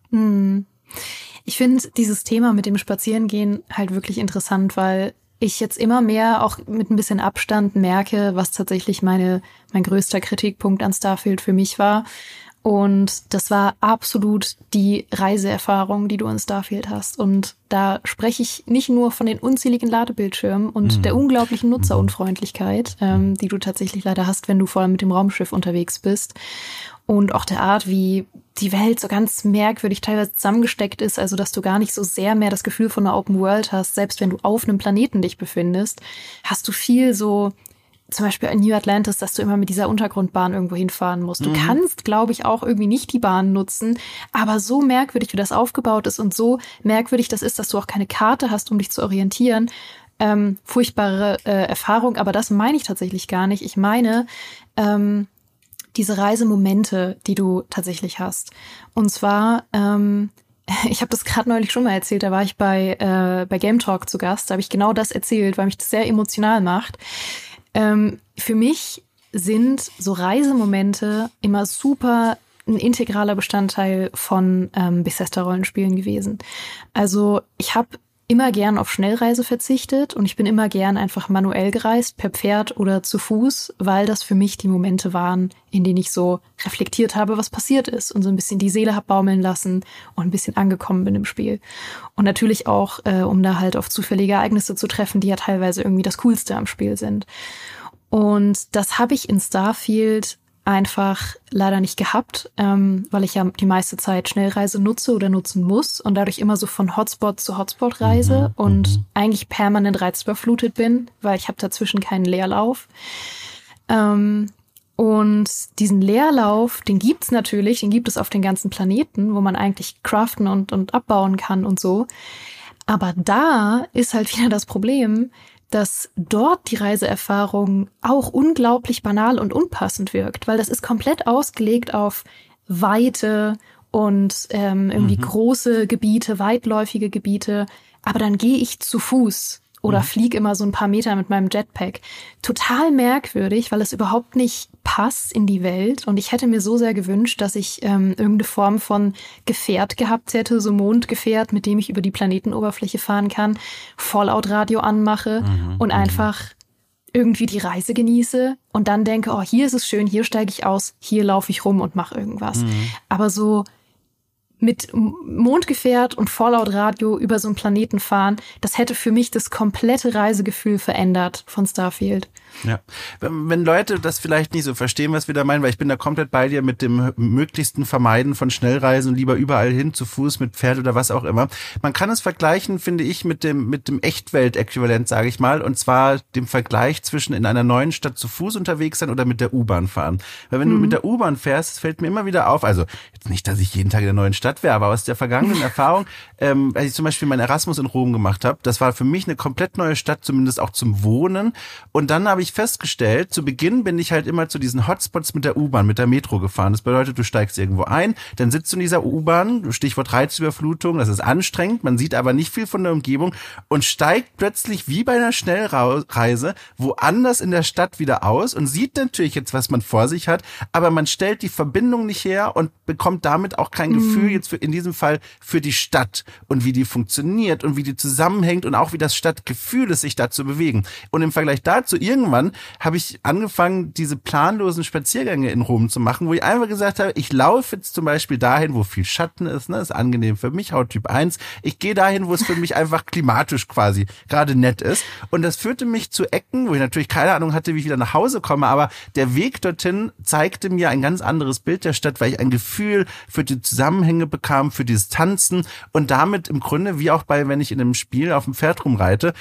Hm. Ich finde dieses Thema mit dem Spazierengehen halt wirklich interessant, weil ich jetzt immer mehr auch mit ein bisschen Abstand merke, was tatsächlich meine mein größter Kritikpunkt an Starfield für mich war. Und das war absolut die Reiseerfahrung, die du in Starfield hast. Und da spreche ich nicht nur von den unzähligen Ladebildschirmen und mhm. der unglaublichen Nutzerunfreundlichkeit, ähm, die du tatsächlich leider hast, wenn du vor allem mit dem Raumschiff unterwegs bist. Und auch der Art, wie die Welt so ganz merkwürdig teilweise zusammengesteckt ist, also dass du gar nicht so sehr mehr das Gefühl von einer Open World hast. Selbst wenn du auf einem Planeten dich befindest, hast du viel so, zum Beispiel in New Atlantis, dass du immer mit dieser Untergrundbahn irgendwo hinfahren musst. Du mhm. kannst, glaube ich, auch irgendwie nicht die Bahn nutzen, aber so merkwürdig, wie das aufgebaut ist und so merkwürdig das ist, dass du auch keine Karte hast, um dich zu orientieren. Ähm, furchtbare äh, Erfahrung, aber das meine ich tatsächlich gar nicht. Ich meine, ähm, diese Reisemomente, die du tatsächlich hast. Und zwar, ähm, ich habe das gerade neulich schon mal erzählt, da war ich bei äh, bei Game Talk zu Gast, da habe ich genau das erzählt, weil mich das sehr emotional macht. Ähm, für mich sind so Reisemomente immer super ein integraler Bestandteil von ähm, Bethesda-Rollenspielen gewesen. Also ich habe immer gern auf Schnellreise verzichtet und ich bin immer gern einfach manuell gereist, per Pferd oder zu Fuß, weil das für mich die Momente waren, in denen ich so reflektiert habe, was passiert ist und so ein bisschen die Seele hab baumeln lassen und ein bisschen angekommen bin im Spiel. Und natürlich auch, äh, um da halt auf zufällige Ereignisse zu treffen, die ja teilweise irgendwie das Coolste am Spiel sind. Und das habe ich in Starfield einfach leider nicht gehabt, ähm, weil ich ja die meiste Zeit Schnellreise nutze oder nutzen muss und dadurch immer so von Hotspot zu Hotspot reise mhm, und mhm. eigentlich permanent reizüberflutet bin, weil ich habe dazwischen keinen Leerlauf. Ähm, und diesen Leerlauf, den gibt's natürlich, den gibt es auf den ganzen Planeten, wo man eigentlich craften und, und abbauen kann und so. Aber da ist halt wieder das Problem, dass dort die Reiseerfahrung auch unglaublich banal und unpassend wirkt, weil das ist komplett ausgelegt auf Weite und ähm, irgendwie mhm. große Gebiete, weitläufige Gebiete. Aber dann gehe ich zu Fuß oder mhm. fliege immer so ein paar Meter mit meinem Jetpack. Total merkwürdig, weil es überhaupt nicht passt in die Welt. Und ich hätte mir so sehr gewünscht, dass ich ähm, irgendeine Form von Gefährt gehabt hätte, so Mondgefährt, mit dem ich über die Planetenoberfläche fahren kann, Fallout-Radio anmache mhm. und einfach irgendwie die Reise genieße und dann denke, oh, hier ist es schön, hier steige ich aus, hier laufe ich rum und mache irgendwas. Mhm. Aber so mit Mondgefährt und Fallout-Radio über so einen Planeten fahren, das hätte für mich das komplette Reisegefühl verändert von Starfield. Ja, wenn, wenn Leute das vielleicht nicht so verstehen, was wir da meinen, weil ich bin da komplett bei dir mit dem möglichsten Vermeiden von Schnellreisen und lieber überall hin, zu Fuß, mit Pferd oder was auch immer. Man kann es vergleichen, finde ich, mit dem mit dem Echtwelt-Äquivalent, sage ich mal, und zwar dem Vergleich zwischen in einer neuen Stadt zu Fuß unterwegs sein oder mit der U-Bahn fahren. Weil wenn mhm. du mit der U-Bahn fährst, fällt mir immer wieder auf, also jetzt nicht, dass ich jeden Tag in der neuen Stadt wäre, aber aus der vergangenen Erfahrung, ähm, als ich zum Beispiel meinen Erasmus in Rom gemacht habe, das war für mich eine komplett neue Stadt, zumindest auch zum Wohnen. Und dann habe ich festgestellt, zu Beginn bin ich halt immer zu diesen Hotspots mit der U-Bahn, mit der Metro gefahren. Das bedeutet, du steigst irgendwo ein, dann sitzt du in dieser U-Bahn, Stichwort Reizüberflutung, das ist anstrengend, man sieht aber nicht viel von der Umgebung und steigt plötzlich wie bei einer Schnellreise woanders in der Stadt wieder aus und sieht natürlich jetzt, was man vor sich hat, aber man stellt die Verbindung nicht her und bekommt damit auch kein mhm. Gefühl jetzt für, in diesem Fall für die Stadt und wie die funktioniert und wie die zusammenhängt und auch wie das Stadtgefühl ist, sich da zu bewegen. Und im Vergleich dazu, irgendwann habe ich angefangen, diese planlosen Spaziergänge in Rom zu machen, wo ich einfach gesagt habe, ich laufe jetzt zum Beispiel dahin, wo viel Schatten ist, ne, ist angenehm für mich, Hauttyp eins. Ich gehe dahin, wo es für mich einfach klimatisch quasi gerade nett ist. Und das führte mich zu Ecken, wo ich natürlich keine Ahnung hatte, wie ich wieder nach Hause komme, aber der Weg dorthin zeigte mir ein ganz anderes Bild der Stadt, weil ich ein Gefühl für die Zusammenhänge bekam, für dieses Tanzen und damit im Grunde, wie auch bei, wenn ich in einem Spiel auf dem Pferd rumreite,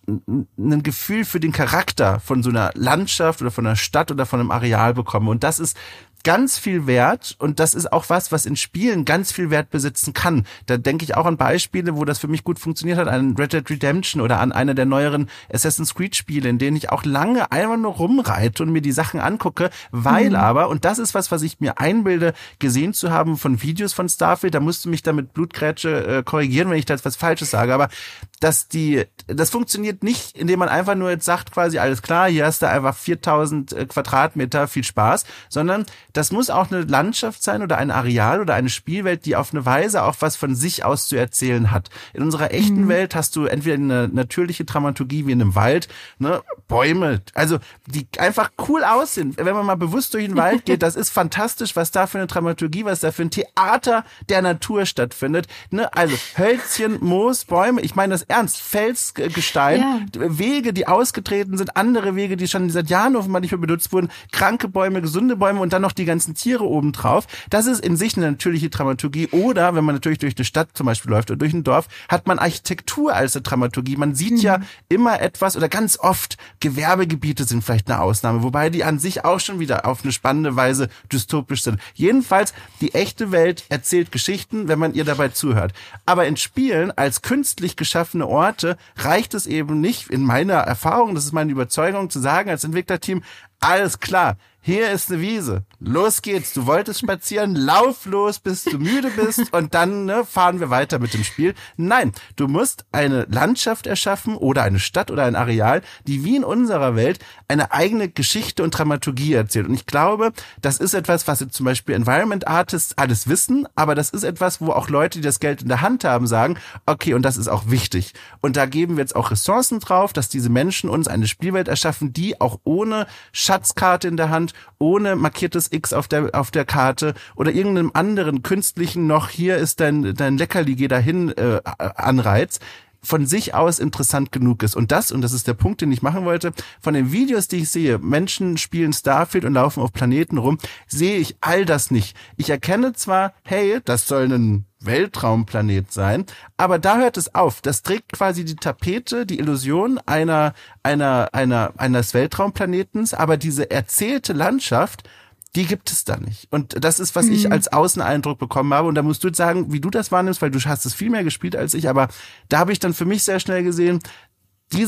ein Gefühl für den Charakter von so einer Landschaft oder von einer Stadt oder von einem Areal bekomme. Und das ist ganz viel wert und das ist auch was, was in Spielen ganz viel Wert besitzen kann. Da denke ich auch an Beispiele, wo das für mich gut funktioniert hat, an Red Dead Redemption oder an einer der neueren Assassin's Creed Spiele, in denen ich auch lange einfach nur rumreite und mir die Sachen angucke, weil mhm. aber, und das ist was, was ich mir einbilde, gesehen zu haben von Videos von Starfield, da musst du mich da mit Blutgrätsche äh, korrigieren, wenn ich da jetzt was Falsches sage, aber dass die, das funktioniert nicht, indem man einfach nur jetzt sagt quasi, alles klar, hier hast du einfach viertausend äh, Quadratmeter, viel Spaß, sondern das muss auch eine Landschaft sein oder ein Areal oder eine Spielwelt, die auf eine Weise auch was von sich aus zu erzählen hat. In unserer echten mhm. Welt hast du entweder eine natürliche Dramaturgie wie in einem Wald, ne, Bäume, also die einfach cool aussehen. Wenn man mal bewusst durch den Wald geht, das ist fantastisch, was da für eine Dramaturgie, was da für ein Theater der Natur stattfindet. Ne? Also Hölzchen, Moos, Bäume, ich meine das ernst, Felsgestein, ja. Wege, die ausgetreten sind, andere Wege, die schon seit Jahren offenbar nicht mehr benutzt wurden, kranke Bäume, gesunde Bäume und dann noch die ganzen Tiere obendrauf. Das ist in sich eine natürliche Dramaturgie. Oder wenn man natürlich durch eine Stadt zum Beispiel läuft oder durch ein Dorf, hat man Architektur als eine Dramaturgie. Man sieht mhm. ja immer etwas oder ganz oft Gewerbegebiete sind vielleicht eine Ausnahme, wobei die an sich auch schon wieder auf eine spannende Weise dystopisch sind. Jedenfalls, die echte Welt erzählt Geschichten, wenn man ihr dabei zuhört. Aber in Spielen als künstlich geschaffene Orte reicht es eben nicht, in meiner Erfahrung, das ist meine Überzeugung, zu sagen als Entwicklerteam, alles klar, hier ist eine Wiese, los geht's, du wolltest spazieren, lauf los, bis du müde bist und dann ne, fahren wir weiter mit dem Spiel. Nein, du musst eine Landschaft erschaffen oder eine Stadt oder ein Areal, die wie in unserer Welt eine eigene Geschichte und Dramaturgie erzählt. Und ich glaube, das ist etwas, was jetzt zum Beispiel Environment Artists alles wissen, aber das ist etwas, wo auch Leute, die das Geld in der Hand haben, sagen, okay, und das ist auch wichtig. Und da geben wir jetzt auch Ressourcen drauf, dass diese Menschen uns eine Spielwelt erschaffen, die auch ohne Schatzkarte in der Hand, ohne markiertes X auf der auf der Karte oder irgendeinem anderen künstlichen noch, hier ist dein dein Leckerli, geh dahin äh, Anreiz, von sich aus interessant genug ist. Und das, und das ist der Punkt, den ich machen wollte, von den Videos, die ich sehe, Menschen spielen Starfield und laufen auf Planeten rum, sehe ich all das nicht. Ich erkenne zwar, hey, das soll ein Weltraumplanet sein, aber da hört es auf. Das trägt quasi die Tapete, die Illusion einer, einer, einer, eines Weltraumplanetens, aber diese erzählte Landschaft, die gibt es da nicht. Und das ist, was mhm. ich als Außeneindruck bekommen habe. Und da musst du jetzt sagen, wie du das wahrnimmst, weil du hast es viel mehr gespielt als ich. Aber da habe ich dann für mich sehr schnell gesehen, dieses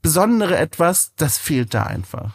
besondere Etwas, das fehlt da einfach.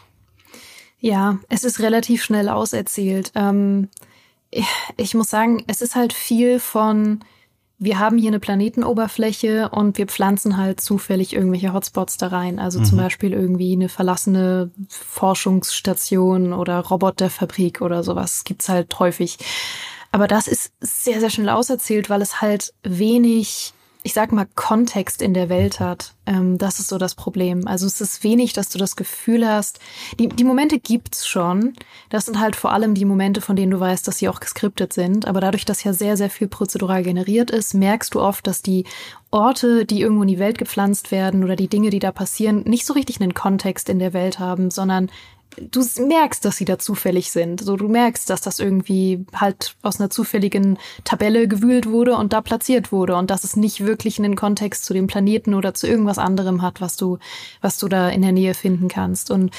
Ja, es ist relativ schnell auserzählt. Ähm, ich, ich muss sagen, es ist halt viel von, wir haben hier eine Planetenoberfläche und wir pflanzen halt zufällig irgendwelche Hotspots da rein. Also mhm. zum Beispiel irgendwie eine verlassene Forschungsstation oder Roboterfabrik oder sowas. Gibt's halt häufig. Aber das ist sehr, sehr schnell auserzählt, weil es halt wenig, ich sag mal, Kontext in der Welt hat. Ähm, das ist so das Problem. Also es ist wenig, dass du das Gefühl hast, die, die Momente gibt's schon. Das sind halt vor allem die Momente, von denen du weißt, dass sie auch geskriptet sind. Aber dadurch, dass ja sehr, sehr viel prozedural generiert ist, merkst du oft, dass die Orte, die irgendwo in die Welt gepflanzt werden oder die Dinge, die da passieren, nicht so richtig einen Kontext in der Welt haben, sondern du merkst, dass sie da zufällig sind. So, du merkst, dass das irgendwie halt aus einer zufälligen Tabelle gewühlt wurde und da platziert wurde und dass es nicht wirklich einen Kontext zu dem Planeten oder zu irgendwas anderem hat, was du, was du da in der Nähe finden kannst. Und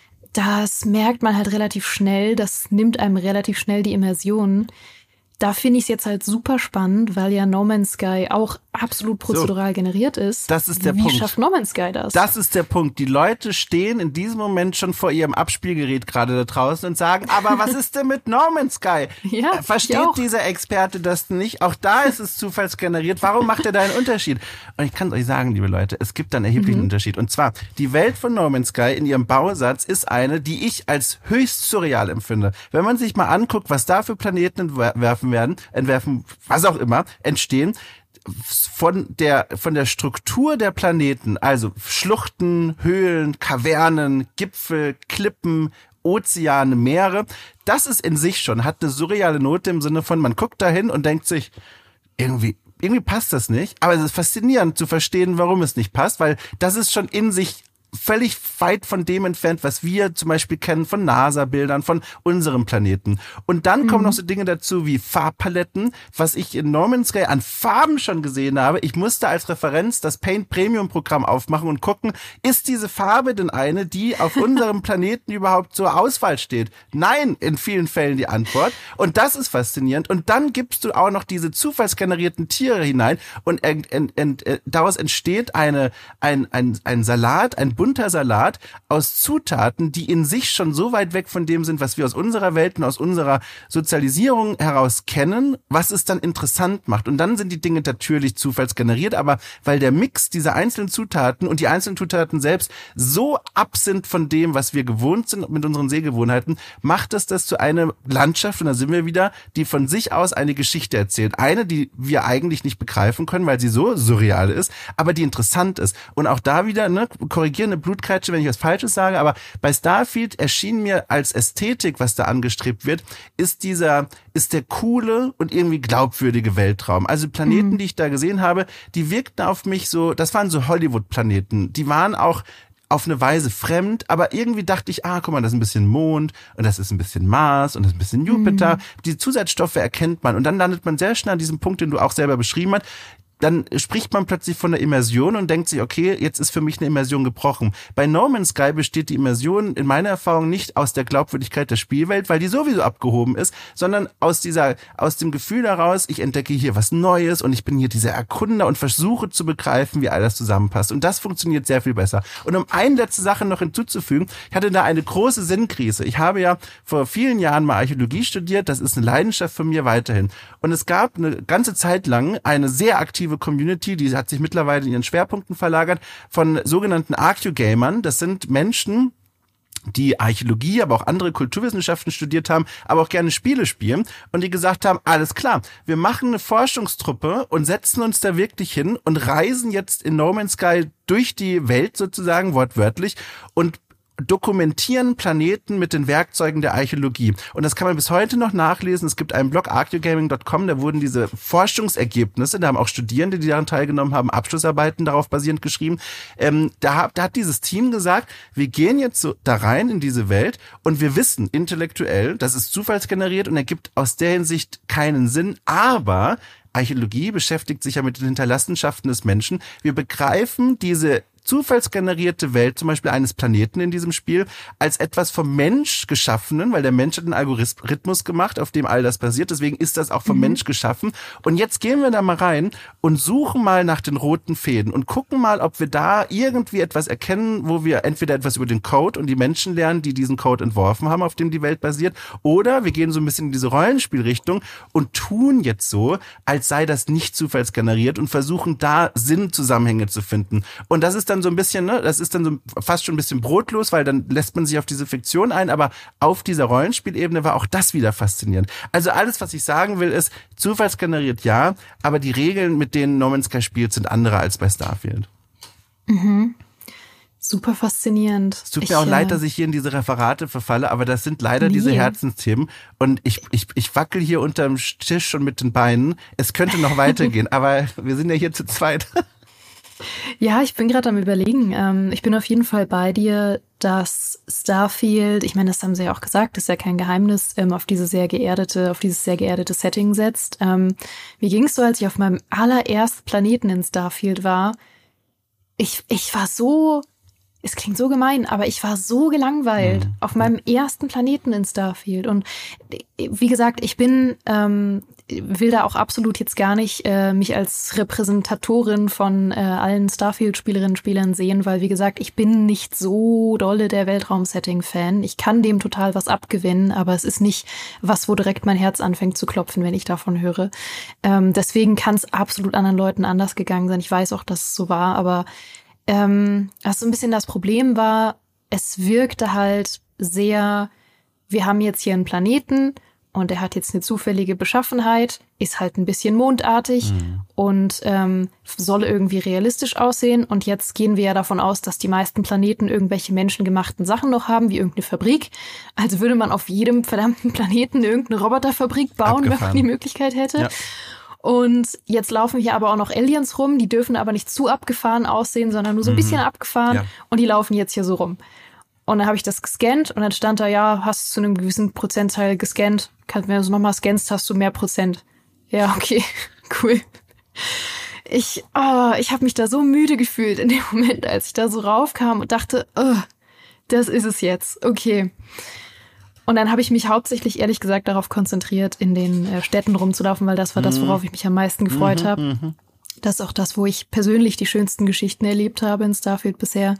das merkt man halt relativ schnell. Das nimmt einem relativ schnell die Immersion. Da finde ich es jetzt halt super spannend, weil ja No Man's Sky auch absolut prozedural so, generiert ist. Das ist der Wie Punkt. Wie schafft No Man's Sky das? Das ist der Punkt. Die Leute stehen in diesem Moment schon vor ihrem Abspielgerät gerade da draußen und sagen, aber was ist denn mit No Man's Sky? Ja, Versteht dieser Experte das nicht? Auch da ist es zufallsgeneriert. Warum macht er da einen Unterschied? Und ich kann es euch sagen, liebe Leute, es gibt da einen erheblichen mhm. Unterschied. Und zwar, die Welt von No Man's Sky in ihrem Bausatz ist eine, die ich als höchst surreal empfinde. Wenn man sich mal anguckt, was da für Planeten entwerfen werden, entwerfen, was auch immer, entstehen, von der, von der Struktur der Planeten, also Schluchten, Höhlen, Kavernen, Gipfel, Klippen, Ozeane, Meere, das ist in sich schon, hat eine surreale Note im Sinne von, man guckt dahin und denkt sich, irgendwie, irgendwie passt das nicht, aber es ist faszinierend zu verstehen, warum es nicht passt, weil das ist schon in sich völlig weit von dem entfernt, was wir zum Beispiel kennen von NASA-Bildern, von unserem Planeten. Und dann mhm. kommen noch so Dinge dazu wie Farbpaletten, was ich in No Man's Sky an Farben schon gesehen habe. Ich musste als Referenz das Paint Premium Programm aufmachen und gucken, ist diese Farbe denn eine, die auf unserem Planeten überhaupt zur Auswahl steht? Nein, in vielen Fällen die Antwort. Und das ist faszinierend. Und dann gibst du auch noch diese zufallsgenerierten Tiere hinein und ent, ent, ent, ent, daraus entsteht eine, ein, ein, ein Salat, ein bunter Salat aus Zutaten, die in sich schon so weit weg von dem sind, was wir aus unserer Welt und aus unserer Sozialisierung heraus kennen, was es dann interessant macht. Und dann sind die Dinge natürlich zufallsgeneriert, aber weil der Mix dieser einzelnen Zutaten und die einzelnen Zutaten selbst so ab sind von dem, was wir gewohnt sind mit unseren Sehgewohnheiten, macht es das zu einer Landschaft, und da sind wir wieder, die von sich aus eine Geschichte erzählt. Eine, die wir eigentlich nicht begreifen können, weil sie so surreal ist, aber die interessant ist. Und auch da wieder, ne, korrigierende Blutkreitsche, wenn ich was Falsches sage, aber bei Starfield erschien mir als Ästhetik, was da angestrebt wird, ist dieser, ist der coole und irgendwie glaubwürdige Weltraum. Also Planeten, mhm. die ich da gesehen habe, die wirkten auf mich so, das waren so Hollywood-Planeten. Die waren auch auf eine Weise fremd, aber irgendwie dachte ich, ah, guck mal, das ist ein bisschen Mond und das ist ein bisschen Mars und das ist ein bisschen Jupiter. Mhm. Die Zusatzstoffe erkennt man und dann landet man sehr schnell an diesem Punkt, den du auch selber beschrieben hast. Dann spricht man plötzlich von der Immersion und denkt sich, okay, jetzt ist für mich eine Immersion gebrochen. Bei No Man's Sky besteht die Immersion in meiner Erfahrung nicht aus der Glaubwürdigkeit der Spielwelt, weil die sowieso abgehoben ist, sondern aus dieser, aus dem Gefühl heraus, ich entdecke hier was Neues und ich bin hier dieser Erkunder und versuche zu begreifen, wie all das zusammenpasst. Und das funktioniert sehr viel besser. Und um eine letzte Sache noch hinzuzufügen, ich hatte da eine große Sinnkrise. Ich habe ja vor vielen Jahren mal Archäologie studiert, das ist eine Leidenschaft von mir weiterhin. Und es gab eine ganze Zeit lang eine sehr aktive Community, die hat sich mittlerweile in ihren Schwerpunkten verlagert, von sogenannten Archaeogamern. Das sind Menschen, die Archäologie, aber auch andere Kulturwissenschaften studiert haben, aber auch gerne Spiele spielen und die gesagt haben, alles klar, wir machen eine Forschungstruppe und setzen uns da wirklich hin und reisen jetzt in No Man's Sky durch die Welt sozusagen, wortwörtlich, und dokumentieren Planeten mit den Werkzeugen der Archäologie. Und das kann man bis heute noch nachlesen. Es gibt einen Blog, archaeogaming Punkt com, da wurden diese Forschungsergebnisse, da haben auch Studierende, die daran teilgenommen haben, Abschlussarbeiten darauf basierend geschrieben. Ähm, da, da hat dieses Team gesagt, wir gehen jetzt so da rein in diese Welt und wir wissen intellektuell, das ist zufallsgeneriert und ergibt aus der Hinsicht keinen Sinn, aber Archäologie beschäftigt sich ja mit den Hinterlassenschaften des Menschen. Wir begreifen diese zufallsgenerierte Welt, zum Beispiel eines Planeten in diesem Spiel, als etwas vom Mensch geschaffenen, weil der Mensch hat einen Algorithmus gemacht, auf dem all das basiert, deswegen ist das auch vom mhm. Mensch geschaffen. Und jetzt gehen wir da mal rein und suchen mal nach den roten Fäden und gucken mal, ob wir da irgendwie etwas erkennen, wo wir entweder etwas über den Code und die Menschen lernen, die diesen Code entworfen haben, auf dem die Welt basiert, oder wir gehen so ein bisschen in diese Rollenspielrichtung und tun jetzt so, als sei das nicht zufallsgeneriert und versuchen da Sinnzusammenhänge zu finden. Und das ist dann so ein bisschen, ne, das ist dann so fast schon ein bisschen brotlos, weil dann lässt man sich auf diese Fiktion ein, aber auf dieser Rollenspielebene war auch das wieder faszinierend. Also alles, was ich sagen will, ist, zufallsgeneriert ja, aber die Regeln, mit denen No Man's Sky spielt, sind andere als bei Starfield. Mhm. Super faszinierend. Es tut mir ich, auch leid, dass ich hier in diese Referate verfalle, aber das sind leider nee. diese Herzensthemen. Und ich, ich, ich wackel hier unterm Tisch und mit den Beinen. Es könnte noch weitergehen, aber wir sind ja hier zu zweit. Ja, ich bin gerade am Überlegen. Ich bin auf jeden Fall bei dir, dass Starfield, ich meine, das haben sie ja auch gesagt, ist ja kein Geheimnis, auf diese sehr geerdete, auf dieses sehr geerdete Setting setzt. Wie ging es so, als ich auf meinem allerersten Planeten in Starfield war? Ich, ich war so... Es klingt so gemein, aber ich war so gelangweilt mhm. auf meinem ersten Planeten in Starfield. Und wie gesagt, ich bin, ähm, will da auch absolut jetzt gar nicht äh, mich als Repräsentatorin von äh, allen Starfield-Spielerinnen und Spielern sehen, weil wie gesagt, ich bin nicht so dolle der Weltraum-Setting-Fan. Ich kann dem total was abgewinnen, aber es ist nicht was, wo direkt mein Herz anfängt zu klopfen, wenn ich davon höre. Ähm, deswegen kann es absolut anderen Leuten anders gegangen sein. Ich weiß auch, dass es so war, aber Ähm, was so ein bisschen das Problem war, es wirkte halt sehr, wir haben jetzt hier einen Planeten und der hat jetzt eine zufällige Beschaffenheit, ist halt ein bisschen mondartig mhm. und ähm, soll irgendwie realistisch aussehen. Und jetzt gehen wir ja davon aus, dass die meisten Planeten irgendwelche menschengemachten Sachen noch haben, wie irgendeine Fabrik. Also würde man auf jedem verdammten Planeten irgendeine Roboterfabrik bauen, Abgefahren. Wenn man die Möglichkeit hätte. Ja. Und jetzt laufen hier aber auch noch Aliens rum, die dürfen aber nicht zu abgefahren aussehen, sondern nur so ein bisschen mhm. abgefahren. Ja. Und die laufen jetzt hier so rum. Und dann habe ich das gescannt und dann stand da, ja, hast du zu einem gewissen Prozentteil gescannt. Wenn du es nochmal scannst, hast du mehr Prozent. Ja, okay, cool. Ich, oh, ich habe mich da so müde gefühlt in dem Moment, als ich da so raufkam und dachte, oh, das ist es jetzt, okay. Und dann habe ich mich hauptsächlich, ehrlich gesagt, darauf konzentriert, in den äh, Städten rumzulaufen, weil das war das, worauf ich mich am meisten gefreut mhm, habe. Mhm. Das ist auch das, wo ich persönlich die schönsten Geschichten erlebt habe in Starfield bisher.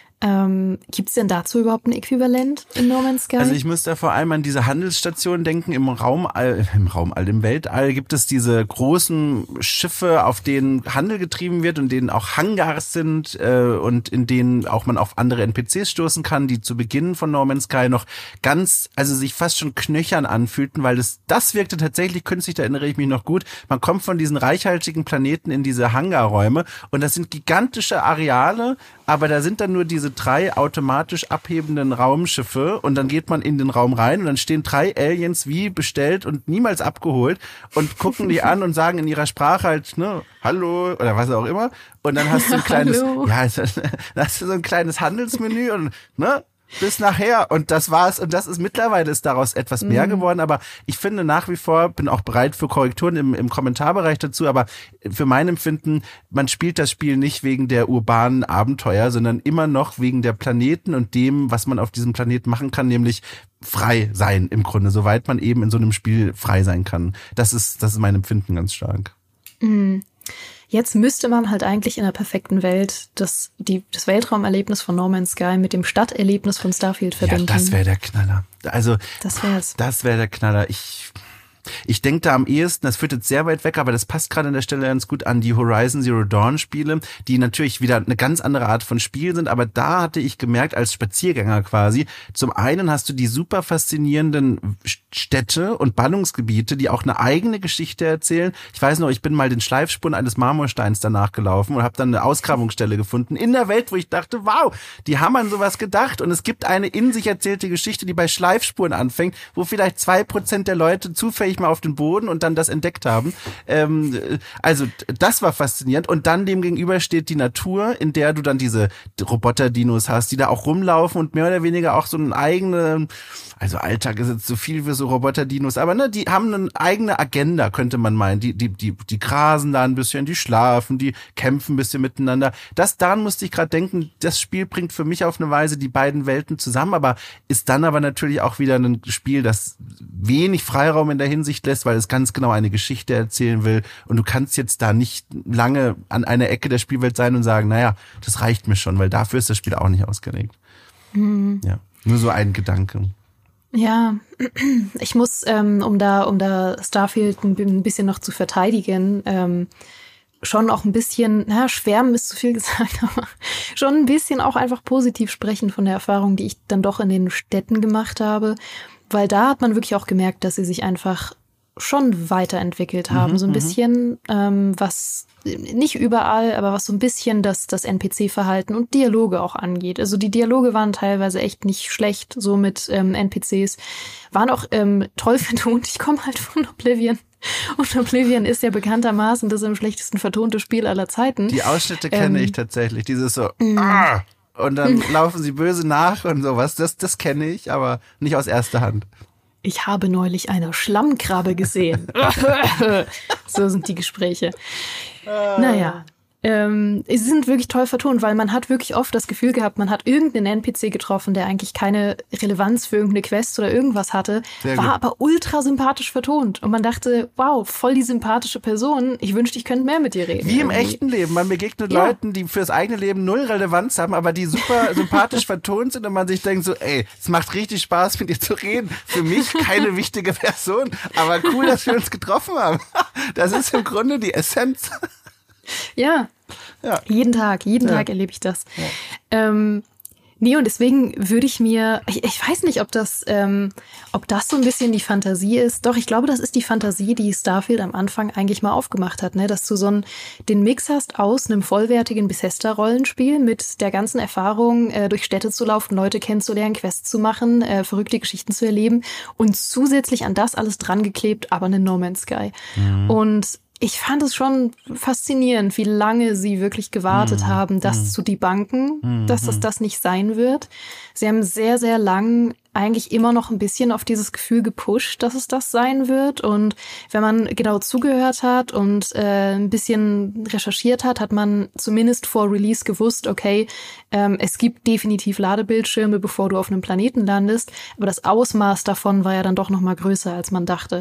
Ähm, gibt es denn dazu überhaupt ein Äquivalent in No Man's Sky? Also ich muss da vor allem an diese Handelsstation denken. Im Raumall, im Raumall, im Weltall gibt es diese großen Schiffe, auf denen Handel getrieben wird und denen auch Hangars sind äh, und in denen auch man auf andere N P Cs stoßen kann, die zu Beginn von No Man's Sky noch ganz, also sich fast schon knöchern anfühlten, weil das, das wirkte tatsächlich künstlich, da erinnere ich mich noch gut. Man kommt von diesen reichhaltigen Planeten in diese Hangarräume und das sind gigantische Areale, aber da sind dann nur diese drei automatisch abhebenden Raumschiffe und dann geht man in den Raum rein und dann stehen drei Aliens wie bestellt und niemals abgeholt und gucken die an und sagen in ihrer Sprache halt, ne, hallo oder was auch immer und dann hast du ein kleines, ja, dann hast du so ein kleines Handelsmenü und, ne, bis nachher und das war's und das ist mittlerweile ist daraus etwas mehr geworden, aber ich finde nach wie vor, bin auch bereit für Korrekturen im, im Kommentarbereich dazu, aber für mein Empfinden, man spielt das Spiel nicht wegen der urbanen Abenteuer, sondern immer noch wegen der Planeten und dem, was man auf diesem Planeten machen kann, nämlich frei sein im Grunde, soweit man eben in so einem Spiel frei sein kann. Das ist, das ist mein Empfinden ganz stark. Mhm. Jetzt müsste man halt eigentlich in der perfekten Welt das, die, das Weltraumerlebnis von No Man's Sky mit dem Stadterlebnis von Starfield verbinden. Ja, das wäre der Knaller. Also, das wär's. Das wäre der Knaller. Ich, ich denke da am ehesten, das führt jetzt sehr weit weg, aber das passt gerade an der Stelle ganz gut an die Horizon Zero Dawn Spiele, die natürlich wieder eine ganz andere Art von Spiel sind, aber da hatte ich gemerkt, als Spaziergänger quasi, zum einen hast du die super faszinierenden Städte und Ballungsgebiete, die auch eine eigene Geschichte erzählen. Ich weiß noch, ich bin mal den Schleifspuren eines Marmorsteins danach gelaufen und habe dann eine Ausgrabungsstelle gefunden in der Welt, wo ich dachte, wow, die haben an sowas gedacht und es gibt eine in sich erzählte Geschichte, die bei Schleifspuren anfängt, wo vielleicht zwei Prozent der Leute zufällig mal auf den Boden und dann das entdeckt haben. Ähm, also das war faszinierend und dann dem gegenüber steht die Natur, in der du dann diese Roboter-Dinos hast, die da auch rumlaufen und mehr oder weniger auch so einen eigenen also Alltag ist jetzt so viel für so Roboter-Dinos, aber ne, die haben eine eigene Agenda, könnte man meinen. Die, die, die, die grasen da ein bisschen, die schlafen, die kämpfen ein bisschen miteinander. Das, daran musste ich gerade denken, das Spiel bringt für mich auf eine Weise die beiden Welten zusammen, aber ist dann aber natürlich auch wieder ein Spiel, das wenig Freiraum in der Hinsicht lässt, weil es ganz genau eine Geschichte erzählen will und du kannst jetzt da nicht lange an einer Ecke der Spielwelt sein und sagen, naja, das reicht mir schon, weil dafür ist das Spiel auch nicht ausgelegt. Mhm. Ja, nur so ein Gedanke. Ja, ich muss, ähm, um da, um da Starfield ein bisschen noch zu verteidigen, ähm, schon auch ein bisschen, na, schwärmen ist zu viel gesagt, aber schon ein bisschen auch einfach positiv sprechen von der Erfahrung, die ich dann doch in den Städten gemacht habe, weil da hat man wirklich auch gemerkt, dass sie sich einfach schon weiterentwickelt haben, mhm, so ein bisschen, ähm, was nicht überall, aber was so ein bisschen das, das N P C-Verhalten und Dialoge auch angeht. Also die Dialoge waren teilweise echt nicht schlecht, so mit ähm, N P Cs, waren auch ähm, toll vertont. Ich komme halt von Oblivion. Und Oblivion ist ja bekanntermaßen das am schlechtesten vertonte Spiel aller Zeiten. Die Ausschnitte kenne ähm, ich tatsächlich, dieses so, ah, und dann laufen sie böse nach und sowas, das, das kenne ich, aber nicht aus erster Hand. Ich habe neulich eine Schlammkrabbe gesehen. So sind die Gespräche. Naja, ähm, sie sind wirklich toll vertont, weil man hat wirklich oft das Gefühl gehabt, man hat irgendeinen N P C getroffen, der eigentlich keine Relevanz für irgendeine Quest oder irgendwas hatte, Sehr war gut. aber ultra sympathisch vertont. Und man dachte, wow, voll die sympathische Person. Ich wünschte, ich könnte mehr mit dir reden. Wie im irgendwie. echten Leben. Man begegnet ja. Leuten, die fürs eigene Leben null Relevanz haben, aber die super sympathisch vertont sind und man sich denkt so, ey, es macht richtig Spaß, mit dir zu reden. Für mich keine wichtige Person, aber cool, dass wir uns getroffen haben. Das ist im Grunde die Essenz. Ja. ja, jeden Tag, jeden ja. Tag erlebe ich das. Ja. Ähm, nee, und deswegen würde ich mir, ich, ich weiß nicht, ob das, ähm, ob das so ein bisschen die Fantasie ist. Doch, ich glaube, das ist die Fantasie, die Starfield am Anfang eigentlich mal aufgemacht hat, ne? Dass du so einen, den Mix hast aus einem vollwertigen Bethesda-Rollenspiel mit der ganzen Erfahrung, äh, durch Städte zu laufen, Leute kennenzulernen, Quests zu machen, äh, verrückte Geschichten zu erleben und zusätzlich an das alles dran geklebt, aber eine No Man's Sky. Mhm. Und ich fand es schon faszinierend, wie lange sie wirklich gewartet mm, haben, das mm, zu debunken, mm, dass das das nicht sein wird. Sie haben sehr, sehr lang eigentlich immer noch ein bisschen auf dieses Gefühl gepusht, dass es das sein wird. Und wenn man genau zugehört hat und äh, ein bisschen recherchiert hat, hat man zumindest vor Release gewusst, okay, ähm, es gibt definitiv Ladebildschirme, bevor du auf einem Planeten landest. Aber das Ausmaß davon war ja dann doch noch mal größer, als man dachte.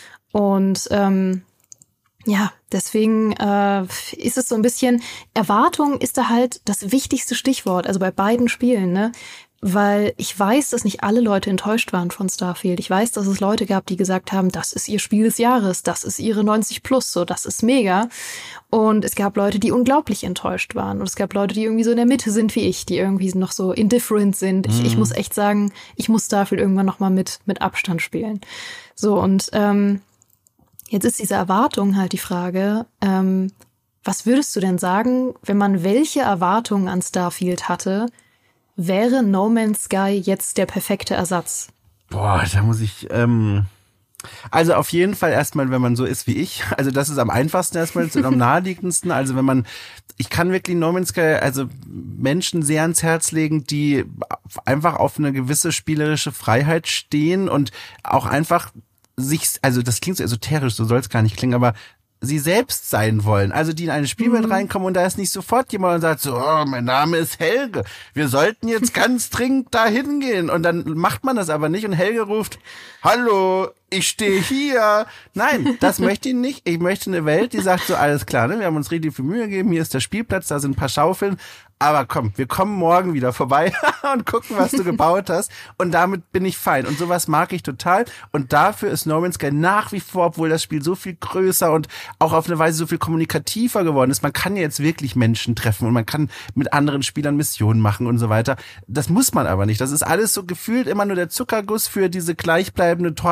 Und ähm, ja, deswegen äh, ist es so ein bisschen, Erwartung ist da halt das wichtigste Stichwort, also bei beiden Spielen, ne? Weil ich weiß, dass nicht alle Leute enttäuscht waren von Starfield. Ich weiß, dass es Leute gab, die gesagt haben, das ist ihr Spiel des Jahres, das ist ihre neunzig plus, so, das ist mega. Und es gab Leute, die unglaublich enttäuscht waren. Und es gab Leute, die irgendwie so in der Mitte sind wie ich, die irgendwie noch so indifferent sind. Ich, mhm. ich muss echt sagen, ich muss Starfield irgendwann noch mal mit mit Abstand spielen. So, und ähm, jetzt ist diese Erwartung halt die Frage, ähm, was würdest du denn sagen, wenn man welche Erwartungen an Starfield hatte, wäre No Man's Sky jetzt der perfekte Ersatz? Boah, da muss ich, ähm, also auf jeden Fall erstmal, wenn man so ist wie ich, also das ist am einfachsten erstmal und am naheliegendsten, also wenn man, ich kann wirklich No Man's Sky, also Menschen sehr ans Herz legen, die einfach auf eine gewisse spielerische Freiheit stehen und auch einfach sich, also das klingt so esoterisch, so soll es gar nicht klingen, aber sie selbst sein wollen. Also die in eine Spielwelt mhm. reinkommen und da ist nicht sofort jemand und sagt so, oh, mein Name ist Helge, wir sollten jetzt ganz dringend da hingehen. Und dann macht man das aber nicht und Helge ruft, hallo, ich stehe hier. Nein, das möchte ich nicht. Ich möchte eine Welt, die sagt so, alles klar, ne? Wir haben uns richtig viel Mühe gegeben, hier ist der Spielplatz, da sind ein paar Schaufeln. Aber komm, wir kommen morgen wieder vorbei und gucken, was du gebaut hast. Und damit bin ich fein. Und sowas mag ich total. Und dafür ist No Man's Sky nach wie vor, obwohl das Spiel so viel größer und auch auf eine Weise so viel kommunikativer geworden ist. Man kann ja jetzt wirklich Menschen treffen und man kann mit anderen Spielern Missionen machen und so weiter. Das muss man aber nicht. Das ist alles so gefühlt immer nur der Zuckerguss für diese gleichbleibende Tortenmasse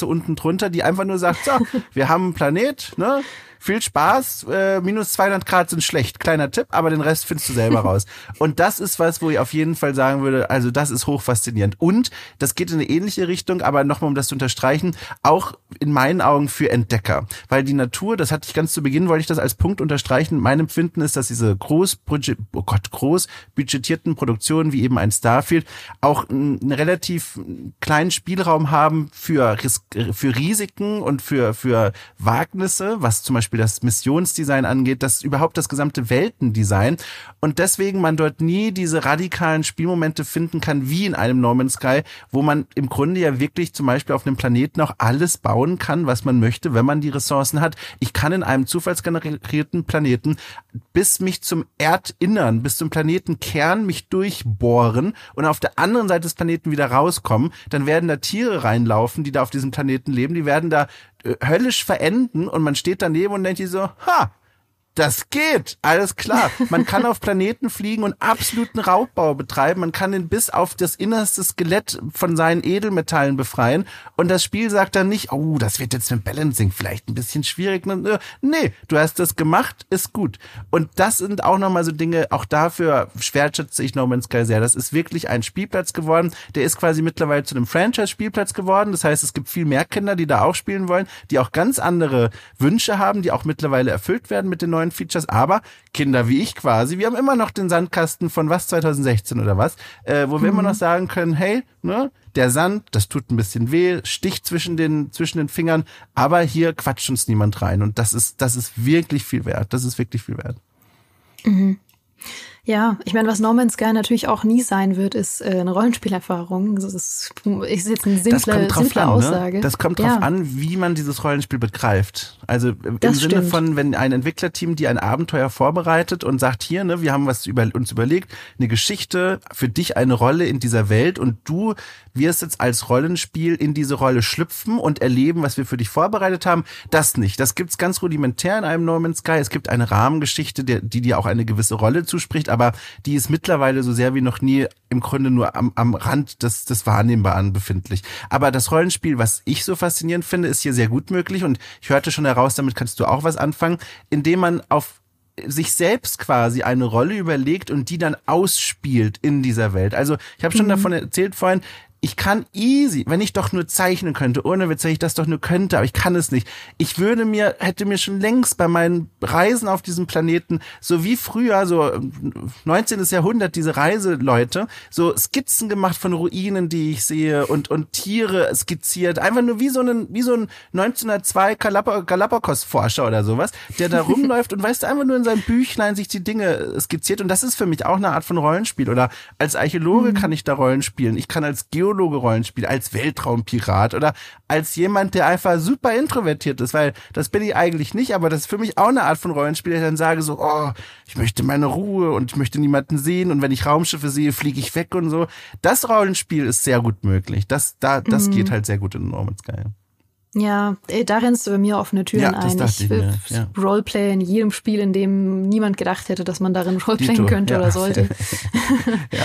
Straße unten drunter, die einfach nur sagt, so, wir haben einen Planet, ne? Viel Spaß, äh, minus zweihundert Grad sind schlecht, kleiner Tipp, aber den Rest findest du selber raus. Und das ist was, wo ich auf jeden Fall sagen würde, also das ist hochfaszinierend. Und das geht in eine ähnliche Richtung, aber nochmal, um das zu unterstreichen, auch in meinen Augen für Entdecker. Weil die Natur, das hatte ich ganz zu Beginn, wollte ich das als Punkt unterstreichen, mein Empfinden ist, dass diese groß, oh Gott, groß budgetierten Produktionen wie eben ein Starfield auch einen relativ kleinen Spielraum haben für, Ris- für Risiken und für, für Wagnisse, was zum Beispiel das Missionsdesign angeht, das überhaupt das gesamte Weltendesign und deswegen man dort nie diese radikalen Spielmomente finden kann wie in einem No Man's Sky, wo man im Grunde ja wirklich zum Beispiel auf einem Planeten auch alles bauen kann, was man möchte, wenn man die Ressourcen hat. Ich kann in einem zufallsgenerierten Planeten bis mich zum Erdinnern, bis zum Planetenkern mich durchbohren und auf der anderen Seite des Planeten wieder rauskommen. Dann werden da Tiere reinlaufen, die da auf diesem Planeten leben, die werden da höllisch verenden und man steht daneben und denkt sich so, ha, das geht, alles klar. Man kann auf Planeten fliegen und absoluten Raubbau betreiben. Man kann ihn bis auf das innerste Skelett von seinen Edelmetallen befreien. Und das Spiel sagt dann nicht, oh, das wird jetzt mit Balancing vielleicht ein bisschen schwierig. Nee, du hast das gemacht, ist gut. Und das sind auch nochmal so Dinge, auch dafür wertschätze ich No Man's Sky sehr. Das ist wirklich ein Spielplatz geworden. Der ist quasi mittlerweile zu einem Franchise-Spielplatz geworden. Das heißt, es gibt viel mehr Kinder, die da auch spielen wollen, die auch ganz andere Wünsche haben, die auch mittlerweile erfüllt werden mit den neuen Features, aber Kinder wie ich quasi, wir haben immer noch den Sandkasten von was, zwanzig sechzehn oder was, äh, wo wir mhm. immer noch sagen können, hey, ne, der Sand, das tut ein bisschen weh, sticht zwischen den zwischen den Fingern, aber hier quatscht uns niemand rein und das ist das ist wirklich viel wert, das ist wirklich viel wert. Mhm. Ja, ich meine, was No Man's Sky natürlich auch nie sein wird, ist äh, eine Rollenspielerfahrung. Das ist, ist jetzt eine simple, simple an, Aussage. Ne? Das kommt drauf ja. an, wie man dieses Rollenspiel begreift. Also im das Sinne stimmt. von, wenn ein Entwicklerteam dir ein Abenteuer vorbereitet und sagt, hier, ne, wir haben was über uns überlegt, eine Geschichte, für dich eine Rolle in dieser Welt und du wirst jetzt als Rollenspiel in diese Rolle schlüpfen und erleben, was wir für dich vorbereitet haben. Das nicht. Das gibt's ganz rudimentär in einem No Man's Sky. Es gibt eine Rahmengeschichte, die, die dir auch eine gewisse Rolle zuspricht, aber die ist mittlerweile so sehr wie noch nie im Grunde nur am, am Rand des, des Wahrnehmbaren befindlich. Aber das Rollenspiel, was ich so faszinierend finde, ist hier sehr gut möglich und ich hörte schon heraus, damit kannst du auch was anfangen, indem man auf sich selbst quasi eine Rolle überlegt und die dann ausspielt in dieser Welt. Also ich habe schon mhm. davon erzählt vorhin, ich kann easy, wenn ich doch nur zeichnen könnte, ohne Witz, wenn ich das doch nur könnte, aber ich kann es nicht. Ich würde mir, hätte mir schon längst bei meinen Reisen auf diesem Planeten, so wie früher, so neunzehnten Jahrhundert, diese Reiseleute, so Skizzen gemacht von Ruinen, die ich sehe und und Tiere skizziert, einfach nur wie so ein wie so ein neunzehnhundertzwei Galap- Galapagos-Forscher oder sowas, der da rumläuft und weißt du, einfach nur in seinem Büchlein sich die Dinge skizziert und das ist für mich auch eine Art von Rollenspiel oder als Archäologe mhm. kann ich da Rollen spielen, ich kann als Geologe Rollenspiel, als Weltraumpirat oder als jemand, der einfach super introvertiert ist, weil das bin ich eigentlich nicht, aber das ist für mich auch eine Art von Rollenspiel, dass ich dann sage so, oh, ich möchte meine Ruhe und ich möchte niemanden sehen und wenn ich Raumschiffe sehe, fliege ich weg und so. Das Rollenspiel ist sehr gut möglich. Das, da, das mhm. geht halt sehr gut in No Man's Sky. Ja, da rennst du bei mir offene Türen ja, das ein. Ich, ich mir, ja. Roleplay in jedem Spiel, in dem niemand gedacht hätte, dass man darin Roleplayen Dito, könnte ja. oder sollte. ja.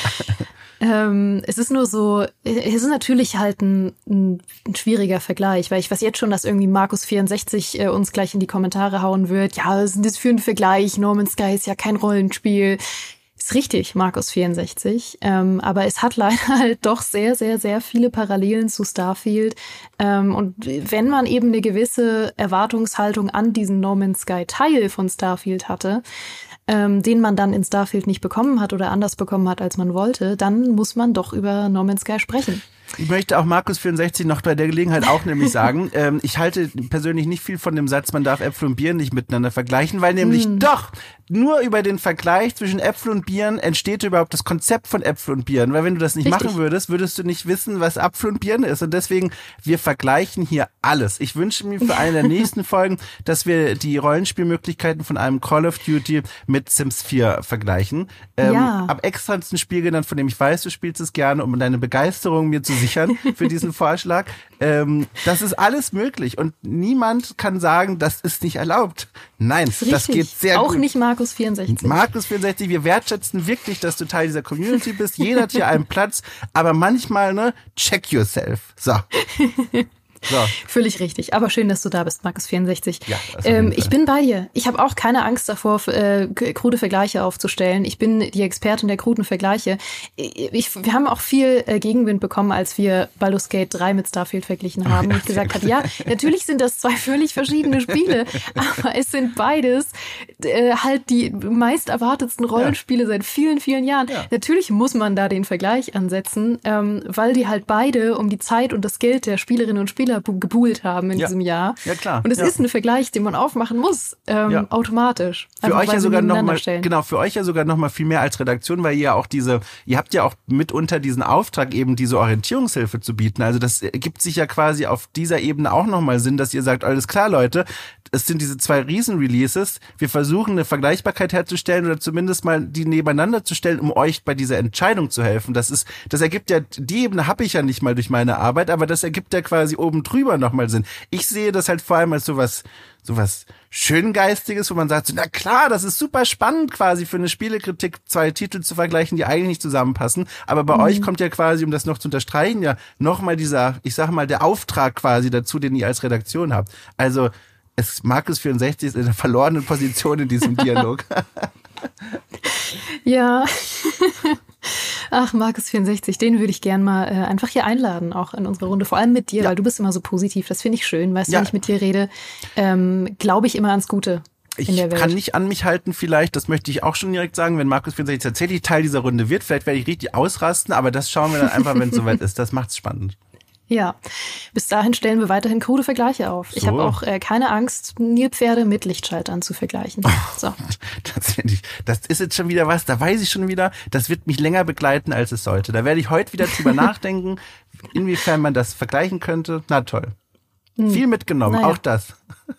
Ähm, es ist nur so, es ist natürlich halt ein, ein, ein schwieriger Vergleich, weil ich weiß jetzt schon, dass irgendwie Markus vierundsechzig äh, uns gleich in die Kommentare hauen wird. Ja, was ist denn das für ein Vergleich? No Man's Sky ist ja kein Rollenspiel. Ist richtig, Markus vierundsechzig. Ähm, aber es hat leider halt doch sehr, sehr, sehr viele Parallelen zu Starfield. Ähm, und wenn man eben eine gewisse Erwartungshaltung an diesen No Man's Sky Teil von Starfield hatte, ähm, den man dann in Starfield nicht bekommen hat oder anders bekommen hat, als man wollte, dann muss man doch über No Man's Sky sprechen. Ich möchte auch Markus vierundsechzig noch bei der Gelegenheit auch nämlich sagen, ähm, ich halte persönlich nicht viel von dem Satz, man darf Äpfel und Birnen nicht miteinander vergleichen, weil nämlich mm. doch nur über den Vergleich zwischen Äpfel und Birnen entsteht überhaupt das Konzept von Äpfel und Birnen, weil wenn du das nicht Richtig. machen würdest, würdest du nicht wissen, was Apfel und Birne ist und deswegen, wir vergleichen hier alles. Ich wünsche mir für eine der nächsten Folgen, dass wir die Rollenspielmöglichkeiten von einem Call of Duty mit Sims vier vergleichen. Ähm, ja. Ab extra ein Spiel genannt, von dem ich weiß, du spielst es gerne, um deine Begeisterung mir zu sichern für diesen Vorschlag. Ähm, das ist alles möglich und niemand kann sagen, das ist nicht erlaubt. Nein, das, das geht sehr Auch gut. Auch nicht Markus vierundsechzig. Markus vierundsechzig, wir wertschätzen wirklich, dass du Teil dieser Community bist. Jeder hat hier einen Platz, aber manchmal, ne, check yourself. So. So. Völlig richtig. Aber schön, dass du da bist, Markus vierundsechzig. Ja, ähm, ich bin bei dir. Ich habe auch keine Angst davor, äh, krude Vergleiche aufzustellen. Ich bin die Expertin der kruden Vergleiche. Ich, wir haben auch viel äh, Gegenwind bekommen, als wir Baldur's Gate drei mit Starfield verglichen haben. Oh, ja, und ich gesagt habe, ja, natürlich sind das zwei völlig verschiedene Spiele, aber es sind beides äh, halt die meist erwartetsten Rollenspiele ja. seit vielen, vielen Jahren. Ja. Natürlich muss man da den Vergleich ansetzen, ähm, weil die halt beide um die Zeit und das Geld der Spielerinnen und Spieler gebuhlt haben in ja. diesem Jahr. Ja, klar. Und es ja. ist ein Vergleich, den man aufmachen muss, ähm, ja. automatisch. Für Einfach, euch ja sogar noch mal, stellen. genau, für euch ja sogar noch mal viel mehr als Redaktion, weil ihr ja auch diese, ihr habt ja auch mitunter diesen Auftrag, eben diese Orientierungshilfe zu bieten. Also das gibt sich ja quasi auf dieser Ebene auch noch mal Sinn, dass ihr sagt, alles klar, Leute, es sind diese zwei Riesen-Releases. Wir versuchen eine Vergleichbarkeit herzustellen oder zumindest mal die nebeneinander zu stellen, um euch bei dieser Entscheidung zu helfen. Das ist, das ergibt ja, die Ebene habe ich ja nicht mal durch meine Arbeit, aber das ergibt ja quasi oben drüber nochmal Sinn. Ich sehe das halt vor allem als sowas, sowas Schöngeistiges, wo man sagt, so, na klar, das ist super spannend quasi für eine Spielekritik, zwei Titel zu vergleichen, die eigentlich nicht zusammenpassen. Aber bei mhm. euch kommt ja quasi, um das noch zu unterstreichen, ja nochmal dieser, ich sag mal, der Auftrag quasi dazu, den ihr als Redaktion habt. Also, es Markus vierundsechzig ist in der verlorenen Position in diesem Dialog. Ja. Ach, Markus vierundsechzig, den würde ich gern mal äh, einfach hier einladen, auch in unsere Runde. Vor allem mit dir, ja. weil du bist immer so positiv. Das finde ich schön. Weißt du, ja. wenn ich mit dir rede, ähm, glaube ich immer ans Gute. Ich kann nicht an mich halten vielleicht, das möchte ich auch schon direkt sagen, wenn Markus vierundsechzig tatsächlich Teil dieser Runde wird. Vielleicht werde ich richtig ausrasten, aber das schauen wir dann einfach, wenn es soweit ist. Das macht's spannend. Ja, bis dahin stellen wir weiterhin krude Vergleiche auf. So. Ich habe auch äh, keine Angst, Nilpferde mit Lichtschaltern zu vergleichen. So. Das, ich, das ist jetzt schon wieder was, da weiß ich schon wieder, das wird mich länger begleiten, als es sollte. Da werde ich heute wieder drüber nachdenken, inwiefern man das vergleichen könnte. Na toll. Hm. Viel mitgenommen, naja. Auch das.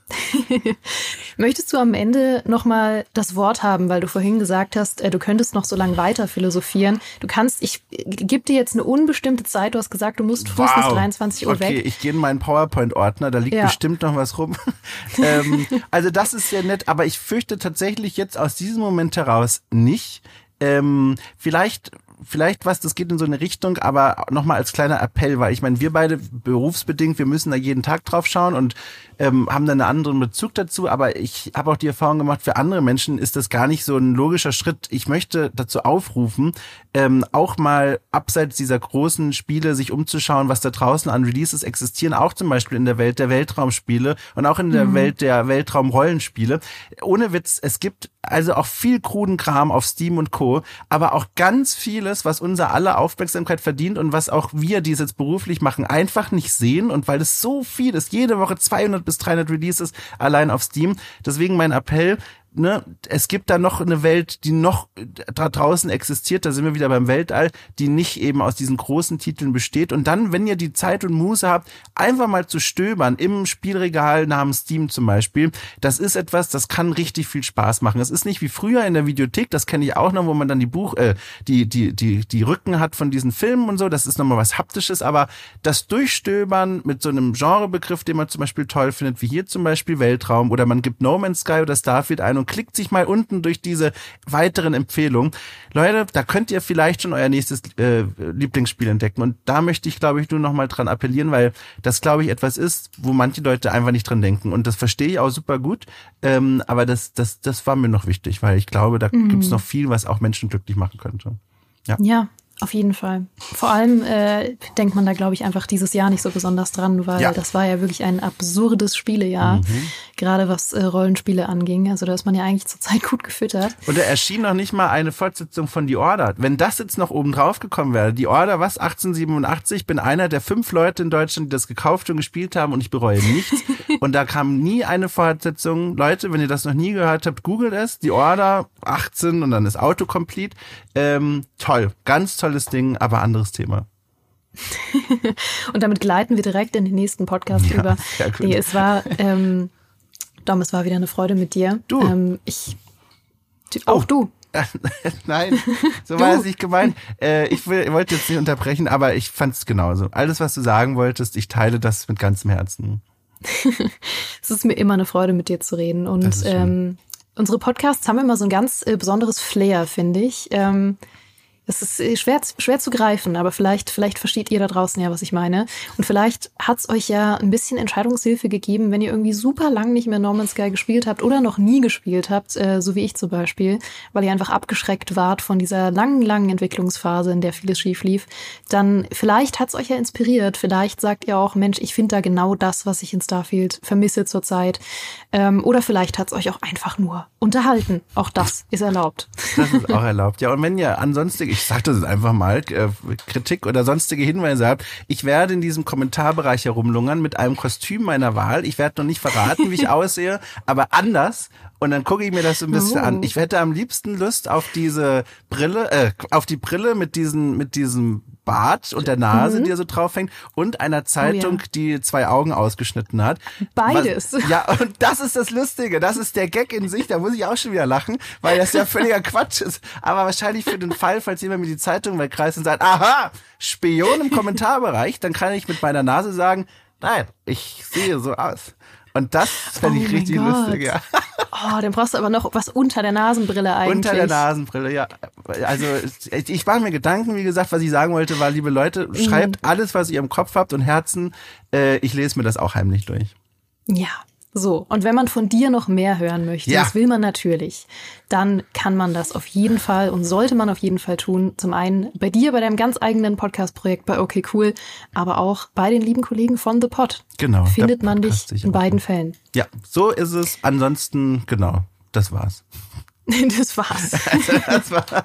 Möchtest du am Ende nochmal das Wort haben, weil du vorhin gesagt hast, du könntest noch so lange weiter philosophieren. Du kannst, ich gebe dir jetzt eine unbestimmte Zeit, du hast gesagt, du musst frühestens wow. dreiundzwanzig Uhr okay, weg. Okay, ich gehe in meinen PowerPoint-Ordner, da liegt ja. bestimmt noch was rum. ähm, also das ist sehr nett, aber ich fürchte tatsächlich jetzt aus diesem Moment heraus nicht. Ähm, vielleicht... Vielleicht was, das geht in so eine Richtung, aber nochmal als kleiner Appell, weil ich meine, wir beide berufsbedingt, wir müssen da jeden Tag drauf schauen und ähm, haben dann einen anderen Bezug dazu, aber ich habe auch die Erfahrung gemacht, für andere Menschen ist das gar nicht so ein logischer Schritt. Ich möchte dazu aufrufen, ähm, auch mal abseits dieser großen Spiele sich umzuschauen, was da draußen an Releases existieren, auch zum Beispiel in der Welt der Weltraumspiele und auch in der mhm. Welt der Weltraumrollenspiele. Ohne Witz, es gibt also auch viel kruden Kram auf Steam und Co., aber auch ganz vieles, was unser aller Aufmerksamkeit verdient und was auch wir, die es jetzt beruflich machen, einfach nicht sehen und weil es so viel ist, jede Woche zweihundert bis dreihundert Releases allein auf Steam. Deswegen mein Appell, ne, es gibt da noch eine Welt, die noch da draußen existiert, da sind wir wieder beim Weltall, die nicht eben aus diesen großen Titeln besteht. Und dann, wenn ihr die Zeit und Muße habt, einfach mal zu stöbern im Spielregal namens Steam zum Beispiel, das ist etwas, das kann richtig viel Spaß machen. Es ist nicht wie früher in der Videothek, das kenne ich auch noch, wo man dann die Buch, äh, die, die, die, die Rücken hat von diesen Filmen und so, das ist nochmal was Haptisches, aber das Durchstöbern mit so einem Genrebegriff, den man zum Beispiel toll findet, wie hier zum Beispiel Weltraum, oder man gibt No Man's Sky oder Starfield ein und klickt sich mal unten durch diese weiteren Empfehlungen. Leute, da könnt ihr vielleicht schon euer nächstes äh, Lieblingsspiel entdecken. Und da möchte ich, glaube ich, nur noch mal dran appellieren, weil das, glaube ich, etwas ist, wo manche Leute einfach nicht dran denken. Und das verstehe ich auch super gut. Ähm, aber das, das, das war mir noch wichtig, weil ich glaube, da mhm. gibt es noch viel, was auch Menschen glücklich machen könnte. Ja. Ja. Auf jeden Fall. Vor allem äh, denkt man da, glaube ich, einfach dieses Jahr nicht so besonders dran, weil ja. das war ja wirklich ein absurdes Spielejahr, mhm. gerade was äh, Rollenspiele anging. Also da ist man ja eigentlich zurzeit gut gefüttert. Und da erschien noch nicht mal eine Fortsetzung von The Order. Wenn das jetzt noch oben drauf gekommen wäre, The Order, was, achtzehnhundertsiebenundachtzig, bin einer der fünf Leute in Deutschland, die das gekauft und gespielt haben und ich bereue nichts. Und da kam nie eine Fortsetzung. Leute, wenn ihr das noch nie gehört habt, googelt es. The Order, achtzehn und dann ist Autocomplete. Ähm, toll, ganz toll. Ding, aber anderes Thema. Und damit gleiten wir direkt in den nächsten Podcast ja, über. Nee, es war, ähm, Dom, es war wieder eine Freude mit dir. Du. Ähm, ich, auch oh. du. Nein, so war es nicht gemeint. Äh, ich, will, ich wollte jetzt nicht unterbrechen, aber ich fand es genauso. Alles, was du sagen wolltest, ich teile das mit ganzem Herzen. Es ist mir immer eine Freude, mit dir zu reden. Und ähm, unsere Podcasts haben immer so ein ganz äh, besonderes Flair, finde ich. Ähm, Es ist schwer, schwer zu greifen, aber vielleicht, vielleicht versteht ihr da draußen ja, was ich meine. Und vielleicht hat's euch ja ein bisschen Entscheidungshilfe gegeben, wenn ihr irgendwie super lang nicht mehr No Man's Sky gespielt habt oder noch nie gespielt habt, äh, so wie ich zum Beispiel, weil ihr einfach abgeschreckt wart von dieser langen, langen Entwicklungsphase, in der vieles schief lief. Dann vielleicht hat's euch ja inspiriert. Vielleicht sagt ihr auch, Mensch, ich finde da genau das, was ich in Starfield vermisse zurzeit. Ähm, oder vielleicht hat's euch auch einfach nur unterhalten. Auch das ist erlaubt. Das ist auch erlaubt. Ja, und wenn ihr ansonsten, ich sag das jetzt einfach mal, äh, Kritik oder sonstige Hinweise habt, ich werde in diesem Kommentarbereich herumlungern mit einem Kostüm meiner Wahl. Ich werde noch nicht verraten, wie ich aussehe, aber anders. Und dann gucke ich mir das so ein bisschen Oh. an. Ich hätte am liebsten Lust auf diese Brille, äh, auf die Brille mit diesen, mit diesem Bart und der Nase, Mhm. die er so drauf hängt, und einer Zeitung, Oh ja. die zwei Augen ausgeschnitten hat. Beides. Was, ja, und das ist das Lustige. Das ist der Gag in sich. Da muss ich auch schon wieder lachen, weil das ja völliger Quatsch ist. Aber wahrscheinlich für den Fall, falls jemand mir die Zeitung wegreißt und sagt, aha, Spion im Kommentarbereich, dann kann ich mit meiner Nase sagen, nein, ich sehe so aus. Und das fände ich Oh mein richtig Gott. lustig, ja. Oh, dann brauchst du aber noch was unter der Nasenbrille eigentlich. Unter der Nasenbrille, ja. Also ich mache mir Gedanken, wie gesagt, was ich sagen wollte, war, liebe Leute, schreibt alles, was ihr im Kopf habt und Herzen. Äh, ich lese mir das auch heimlich durch. Ja, so. Und wenn man von dir noch mehr hören möchte, Ja. das will man natürlich, dann kann man das auf jeden Fall und sollte man auf jeden Fall tun. Zum einen bei dir, bei deinem ganz eigenen Podcast-Projekt bei Okay Cool, aber auch bei den lieben Kollegen von The Pod. Genau. Findet der man dich Podcast sich in auch beiden tut. Fällen. Ja, so ist es. Ansonsten, genau, das war's. Das war's. Das war's.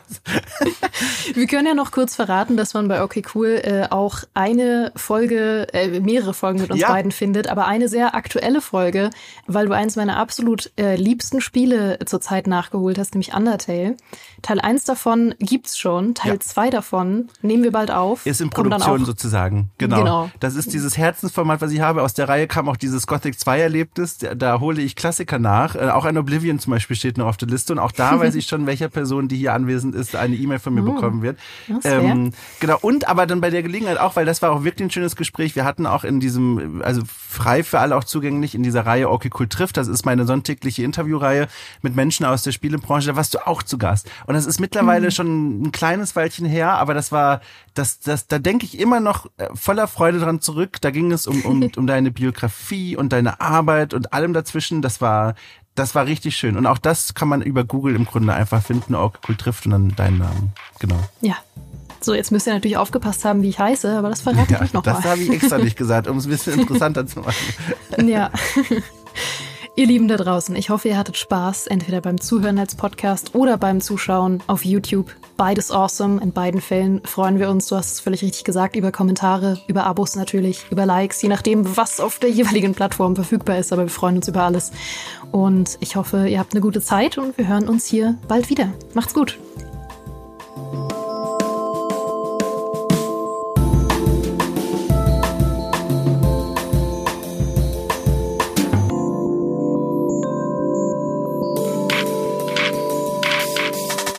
Wir können ja noch kurz verraten, dass man bei Okay Cool äh, auch eine Folge, äh, mehrere Folgen mit uns Ja. beiden findet, aber eine sehr aktuelle Folge, weil du eins meiner absolut äh, liebsten Spiele zurzeit nachgeholt hast, nämlich Undertale. Teil eins davon gibt's schon, Teil Ja. zwei davon nehmen wir bald auf. Ist in Kommt dann Produktion auch. sozusagen. Genau. Genau. Das ist dieses Herzensformat, was ich habe. Aus der Reihe kam auch dieses Gothic zwei Erlebnis. Da, da hole ich Klassiker nach. Äh, auch ein Oblivion zum Beispiel steht noch auf der Liste. Und auch da weiß ich schon, welcher Person, die hier anwesend ist, eine E-Mail von mir Oh. bekommen wird. Das ist fair. Genau. Und aber dann bei der Gelegenheit auch, weil das war auch wirklich ein schönes Gespräch. Wir hatten auch in diesem, also frei für alle auch zugänglich, in dieser Reihe Okay Cool trifft. Das ist meine sonntägliche Interviewreihe mit Menschen aus der Spielebranche. Da warst du auch zu Gast. Und das ist mittlerweile schon ein kleines Weilchen her, aber das war, das, das, da denke ich immer noch äh, voller Freude dran zurück. Da ging es um, um, um deine Biografie und deine Arbeit und allem dazwischen. Das war, das war richtig schön. Und auch das kann man über Google im Grunde einfach finden. Okay Cool trifft und dann deinen Namen. Genau. Ja. So, jetzt müsst ihr natürlich aufgepasst haben, wie ich heiße, aber das verrate ich Ja, euch noch das mal. habe ich extra nicht gesagt, um es ein bisschen interessanter zu machen. Ja. Ihr Lieben da draußen, ich hoffe, ihr hattet Spaß, entweder beim Zuhören als Podcast oder beim Zuschauen auf YouTube. Beides awesome. In beiden Fällen freuen wir uns, du hast es völlig richtig gesagt, über Kommentare, über Abos natürlich, über Likes, je nachdem, was auf der jeweiligen Plattform verfügbar ist, aber wir freuen uns über alles. Und ich hoffe, ihr habt eine gute Zeit und wir hören uns hier bald wieder. Macht's gut.